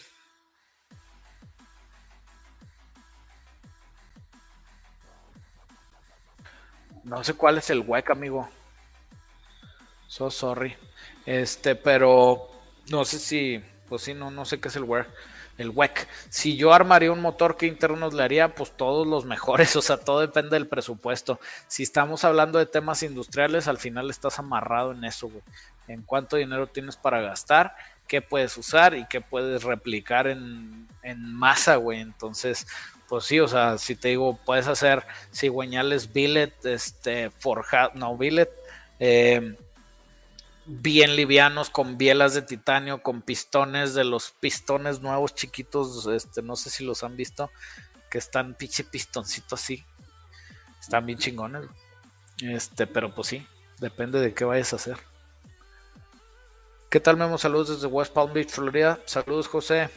No sé cuál es el W E C, amigo. So sorry. Este, pero no sé si, pues sí, no, no sé qué es el W E C. El W E C. Si yo armaría un motor, ¿qué internos le haría? Pues todos los mejores, o sea, todo depende del presupuesto. Si estamos hablando de temas industriales, al final estás amarrado en eso, güey. En cuánto dinero tienes para gastar, qué puedes usar y qué puedes replicar en, en masa, güey. Entonces, pues sí, o sea, si te digo, puedes hacer cigüeñales billet, este, forjado, no billet, eh, bien livianos, con bielas de titanio, con pistones de los pistones nuevos chiquitos, este, no sé si los han visto, que están pinche pistoncito así, están bien chingones, este, pero pues sí, depende de qué vayas a hacer. ¿Qué tal, Memo? Saludos desde West Palm Beach, Florida. Saludos, José.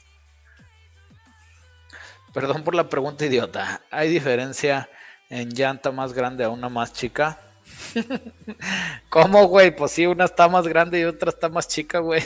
Perdón por la pregunta idiota. ¿Hay diferencia en llanta más grande a una más chica? ¿Cómo, güey? Pues sí, una está más grande y otra está más chica, güey.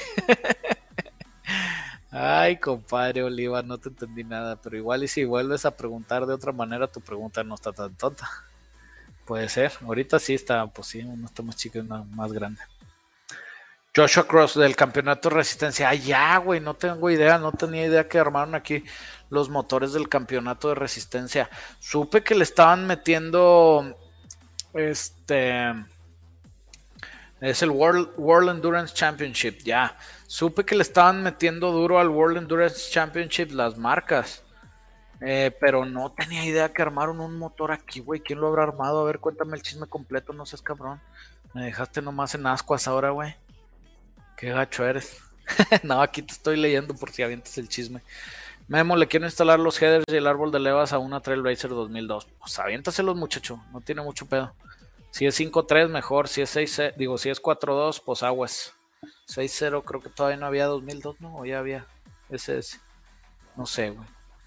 Ay, compadre Oliva, no te entendí nada, pero igual y si vuelves a preguntar de otra manera, tu pregunta no está tan tonta. Puede ser, ahorita sí está, pues sí, una está más chica y una más grande. Joshua Cross del campeonato de resistencia. Ah, ya, güey, no tengo idea, no tenía idea que armaron aquí los motores del campeonato de resistencia. Supe que le estaban metiendo, este, es el World, World Endurance Championship, ya. Supe que le estaban metiendo duro al World Endurance Championship las marcas. Eh, pero no tenía idea que armaron un motor aquí, güey. ¿Quién lo habrá armado? A ver, cuéntame el chisme completo, no seas cabrón. Me dejaste nomás en ascuas ahora, güey. Qué gacho eres. No, aquí te estoy leyendo por si avientas el chisme. Memo, le quiero instalar los headers y el árbol de levas a una Trailblazer dos mil dos. Pues aviéntaselos, muchacho. No tiene mucho pedo. Si es cinco tres, mejor. Si es seis, digo, si es cuatro dos, pues aguas. seis cero, creo que todavía no había dos mil dos, ¿no? O ya había. Ese es. No sé, güey.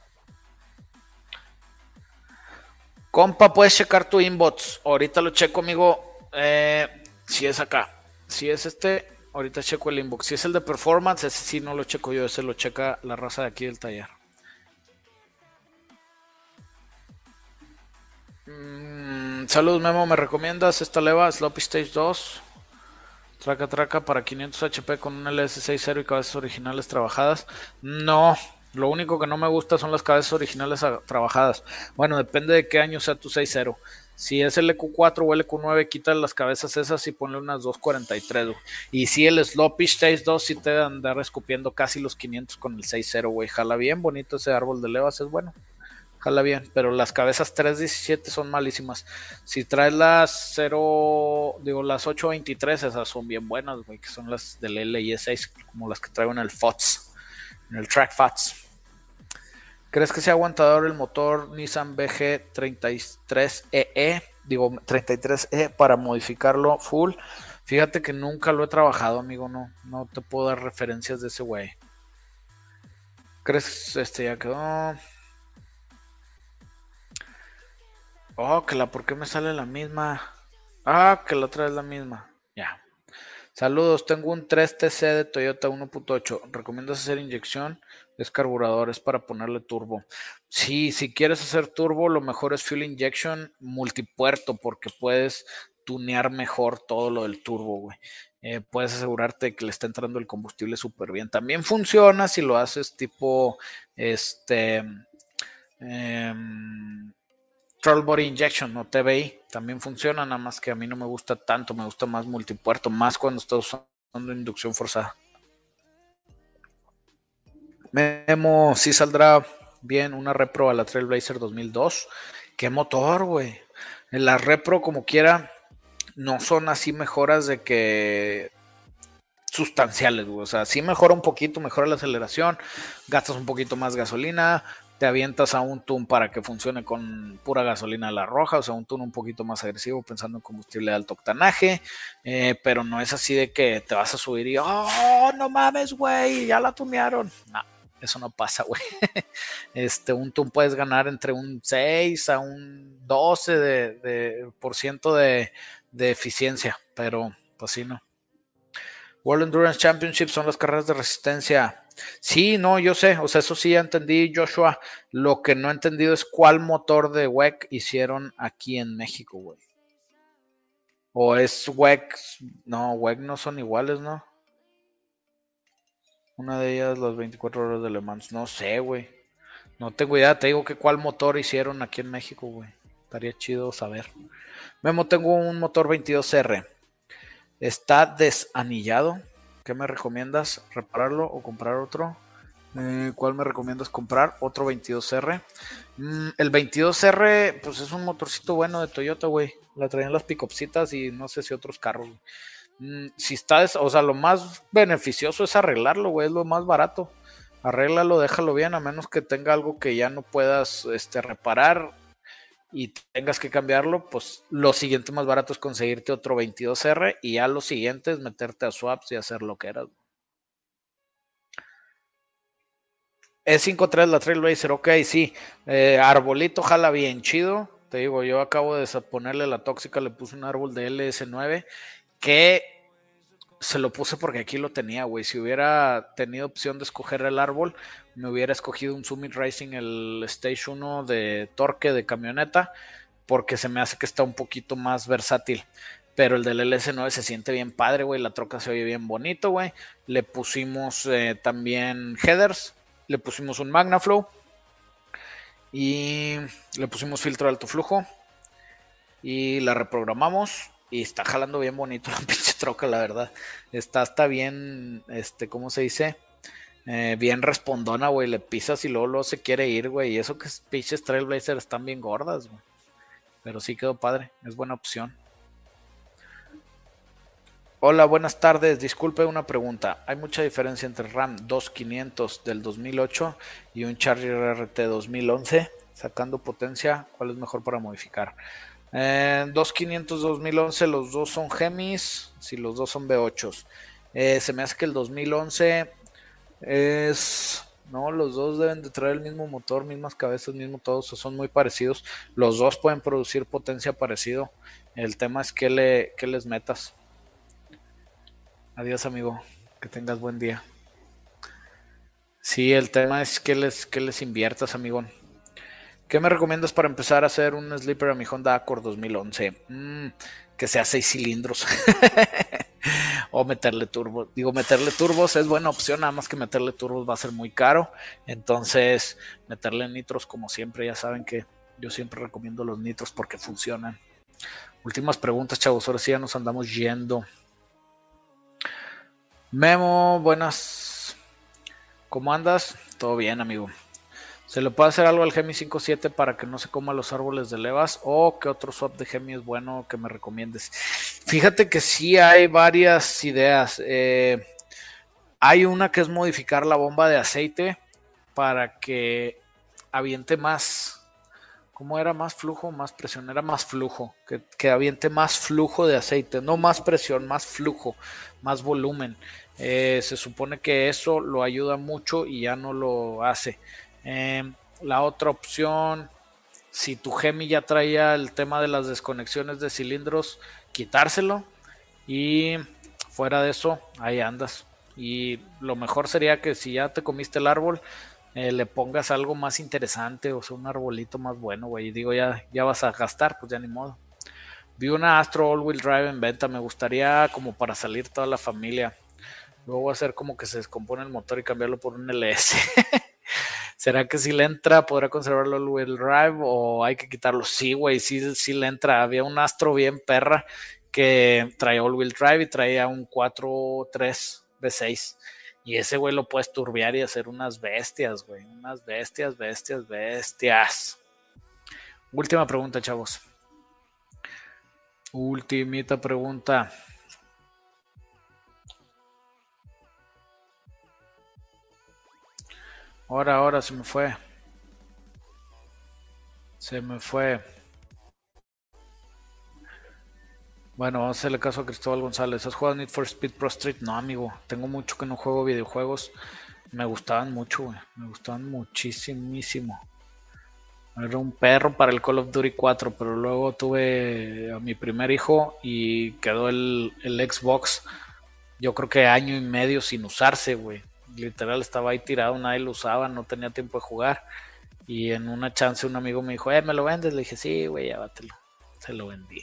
Compa, puedes checar tu inbox. Ahorita lo checo, amigo. Eh, si es acá. Si es este, ahorita checo el inbox. Si es el de performance, ese sí no lo checo yo. Ese lo checa la raza de aquí del taller. Mm, saludos, Memo. ¿Me recomiendas esta leva Sloppy Stage dos? Traca, traca para quinientos H P con un L S seis cero y cabezas originales trabajadas. No, lo único que no me gusta son las cabezas originales trabajadas. Bueno, depende de qué año sea tu seis cero. Si es el L Q cuatro o L Q nueve, quita las cabezas esas y ponle unas dos cuarenta y tres. Y si el Sloppy Stage dos, sí te debe andar escupiendo casi los quinientos con el seis cero, güey. Jala bien bonito ese árbol de levas, es bueno. Jala bien, pero las cabezas tres diecisiete son malísimas. Si traes las cero, digo, las ocho veintitrés, esas son bien buenas, güey, que son las del L I E seis, como las que traigo en el F O T S, en el Track F A T S. ¿Crees que sea aguantador el motor Nissan B G treinta y tres E E? Digo, treinta y tres E para modificarlo full. Fíjate que nunca lo he trabajado, amigo, no, no te puedo dar referencias de ese güey. ¿Crees que este ya quedó? Oh, que la, ¿por qué me sale la misma? Ah, que la otra es la misma. Ya. Saludos, tengo un tres T C de Toyota uno punto ocho. ¿Recomiendas hacer inyección? Es carburador, es para ponerle turbo. Sí, si quieres hacer turbo, lo mejor es fuel injection multipuerto, porque puedes tunear mejor todo lo del turbo, güey. Eh, puedes asegurarte de que le está entrando el combustible súper bien. También funciona si lo haces tipo este eh, Throttle Body Injection o T B I. También funciona, nada más que a mí no me gusta tanto, me gusta más multipuerto, más cuando estás usando inducción forzada. Memo, sí saldrá bien una repro a la Trailblazer dos mil dos. ¿Qué motor, güey? En la repro, como quiera, no son así mejoras de que sustanciales, güey. O sea, sí mejora un poquito, mejora la aceleración, gastas un poquito más gasolina, te avientas a un tune para que funcione con pura gasolina de la roja, o sea, un tune un poquito más agresivo pensando en combustible de alto octanaje, eh, pero no es así de que te vas a subir y, oh, no mames, güey, ya la tunearon. No, eso no pasa, güey. Este, un tune puedes ganar entre un seis a un doce de, de, por ciento de, de eficiencia, pero pues sí, no. World Endurance Championship son las carreras de resistencia. Sí, no, yo sé, o sea, eso sí ya entendí, Joshua. Lo que no he entendido es cuál motor de W E C hicieron aquí en México, güey. O es W E C, no, W E C no son iguales, ¿no? Una de ellas las veinticuatro horas de Le Mans, no sé, güey. No tengo idea, te digo que cuál motor hicieron aquí en México, güey. Estaría chido saber. Memo, tengo un motor veintidós R. Está desanillado. ¿Qué me recomiendas? ¿Repararlo o comprar otro? Eh, ¿Cuál me recomiendas comprar? Otro veintidós R. Mm, el veintidós R, pues es un motorcito bueno de Toyota, güey. La traían las picopsitas y no sé si otros carros. Mm, si está, des- o sea, lo más beneficioso es arreglarlo, güey. Es lo más barato. Arréglalo, déjalo bien, a menos que tenga algo que ya no puedas este, reparar y tengas que cambiarlo, pues lo siguiente más barato es conseguirte otro veintidós R y ya lo siguiente es meterte a swaps y hacer lo que eras. E cincuenta y tres la Trailblazer, ok, sí. Eh, arbolito jala bien chido. Te digo, yo acabo de ponerle la tóxica, le puse un árbol de L S nueve que se lo puse porque aquí lo tenía, güey. Si hubiera tenido opción de escoger el árbol, me hubiera escogido un Summit Racing, el Stage uno de torque de camioneta, porque se me hace que está un poquito más versátil. Pero el del L S nueve se siente bien padre, güey. La troca se oye bien bonito, güey. Le pusimos eh, también headers, le pusimos un MagnaFlow y le pusimos filtro de alto flujo y la reprogramamos y está jalando bien bonito la pinche troca, la verdad. Está hasta bien, este, ¿cómo se dice? Eh, bien respondona, güey. Le pisas y luego, luego se quiere ir, güey. Y eso que pinches Trailblazers están bien gordas, güey. Pero sí quedó padre, es buena opción. Hola, buenas tardes. Disculpe una pregunta. ¿Hay mucha diferencia entre RAM dos quinientos del dos mil ocho y un Charger R T dos mil once? Sacando potencia, ¿cuál es mejor para modificar? Eh, dos quinientos dos mil once, los dos son Hemis, si los dos son V ocho. Eh, se me hace que el dos mil once es... No, los dos deben de traer el mismo motor, mismas cabezas, mismo todo, son muy parecidos. Los dos pueden producir potencia parecido. El tema es que, le, que les metas. Adiós, amigo. Que tengas buen día. Sí, el tema es que les, que les inviertas, amigo. ¿Qué me recomiendas para empezar a hacer un sleeper a mi Honda Accord dos mil once? Mm, que sea seis cilindros. O meterle turbo. Digo, meterle turbos es buena opción, nada más que meterle turbos va a ser muy caro. Entonces, meterle nitros, como siempre, ya saben que yo siempre recomiendo los nitros porque funcionan. Últimas preguntas, chavos. Ahora sí ya nos andamos yendo. Memo, buenas. ¿Cómo andas? Todo bien, amigo. ¿Se le puede hacer algo al Gemi cinco siete para que no se coma los árboles de levas? ¿O qué otro swap de Gemi es bueno que me recomiendes? Fíjate que sí hay varias ideas. Eh, hay una que es modificar la bomba de aceite para que aviente más. ¿Cómo era? Más flujo, más presión. Era más flujo. Que, que aviente más flujo de aceite. No más presión, más flujo, más volumen. Eh, se supone que eso lo ayuda mucho y ya no lo hace. Eh, la otra opción, si tu Gemi ya traía el tema de las desconexiones de cilindros, quitárselo y fuera de eso, ahí andas. Y lo mejor sería que si ya te comiste el árbol, eh, le pongas algo más interesante, o sea, un arbolito más bueno, güey. Y digo, ya, ya vas a gastar, pues ya ni modo. Vi una Astro All-Wheel Drive en venta, me gustaría como para salir toda la familia. Luego voy a hacer como que se descompone el motor y cambiarlo por un L S. ¿Será que si le entra podrá conservarlo el wheel drive o hay que quitarlo? Sí, güey, sí, sí le entra. Había un Astro bien perra que traía all wheel drive y traía un cuatro tres V seis. Y ese güey lo puedes turbear y hacer unas bestias, güey. Unas bestias, bestias, bestias. Última pregunta, chavos. Ultimita pregunta. Ahora, ahora se me fue. Se me fue. Bueno, vamos a hacerle caso a Cristóbal González. ¿Has jugado Need for Speed Pro Street? No, amigo. Tengo mucho que no juego videojuegos. Me gustaban mucho, güey. Me gustaban muchísimo. Era un perro para el Call of Duty cuatro, pero luego tuve a mi primer hijo y quedó el, el Xbox, yo creo que año y medio sin usarse, güey. Literal estaba ahí tirado, nadie lo usaba, no tenía tiempo de jugar. Y en una chance un amigo me dijo, eh, ¿me lo vendes? Le dije, sí, güey, llévatelo. Se lo vendí.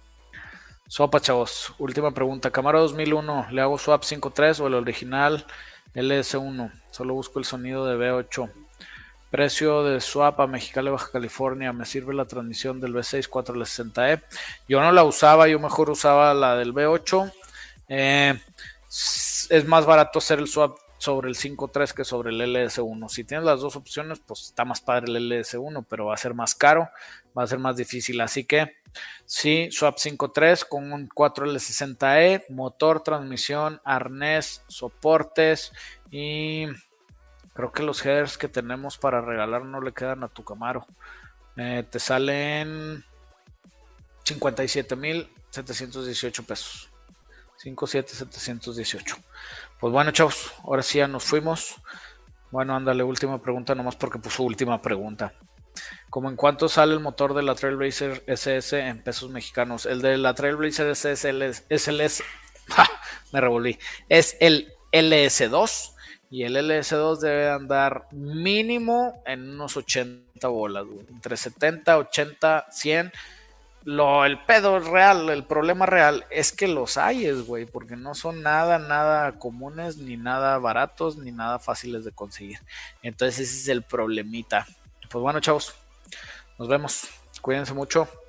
Sopa, chavos. Última pregunta. Camaro dos mil uno, ¿le hago swap cinco tres o el original L S uno? Solo busco el sonido de V ocho. Precio de swap a Mexicali, Baja California. Me sirve la transmisión del V seis cuatro sesenta E. Yo no la usaba, yo mejor usaba la del V ocho. Eh, es más barato hacer el swap sobre el cinco tres que sobre el L S uno. Si tienes las dos opciones, pues está más padre el L S uno, pero va a ser más caro, va a ser más difícil. Así que sí, swap cinco tres con un cuatro L sesenta E, motor, transmisión, arnés, soportes y creo que los headers que tenemos para regalar no le quedan a tu Camaro. Eh, te salen cincuenta y siete mil setecientos dieciocho pesos. cincuenta y siete mil setecientos dieciocho. Pues bueno, chavos, ahora sí ya nos fuimos. Bueno, ándale, última pregunta, nomás porque puso última pregunta. ¿Cómo en cuánto sale el motor de la Trailblazer S S en pesos mexicanos? El de la Trailblazer S S es el S. ¡Ja! Me revolví. Es el L S dos. Y el L S dos debe andar mínimo en unos ochenta bolas, güey. Entre setenta, ochenta, cien. Lo, el pedo real, el problema real es que los hayes, güey, porque no son nada, nada comunes, ni nada baratos, ni nada fáciles de conseguir. Entonces ese es el problemita. Pues bueno, chavos, nos vemos. Cuídense mucho.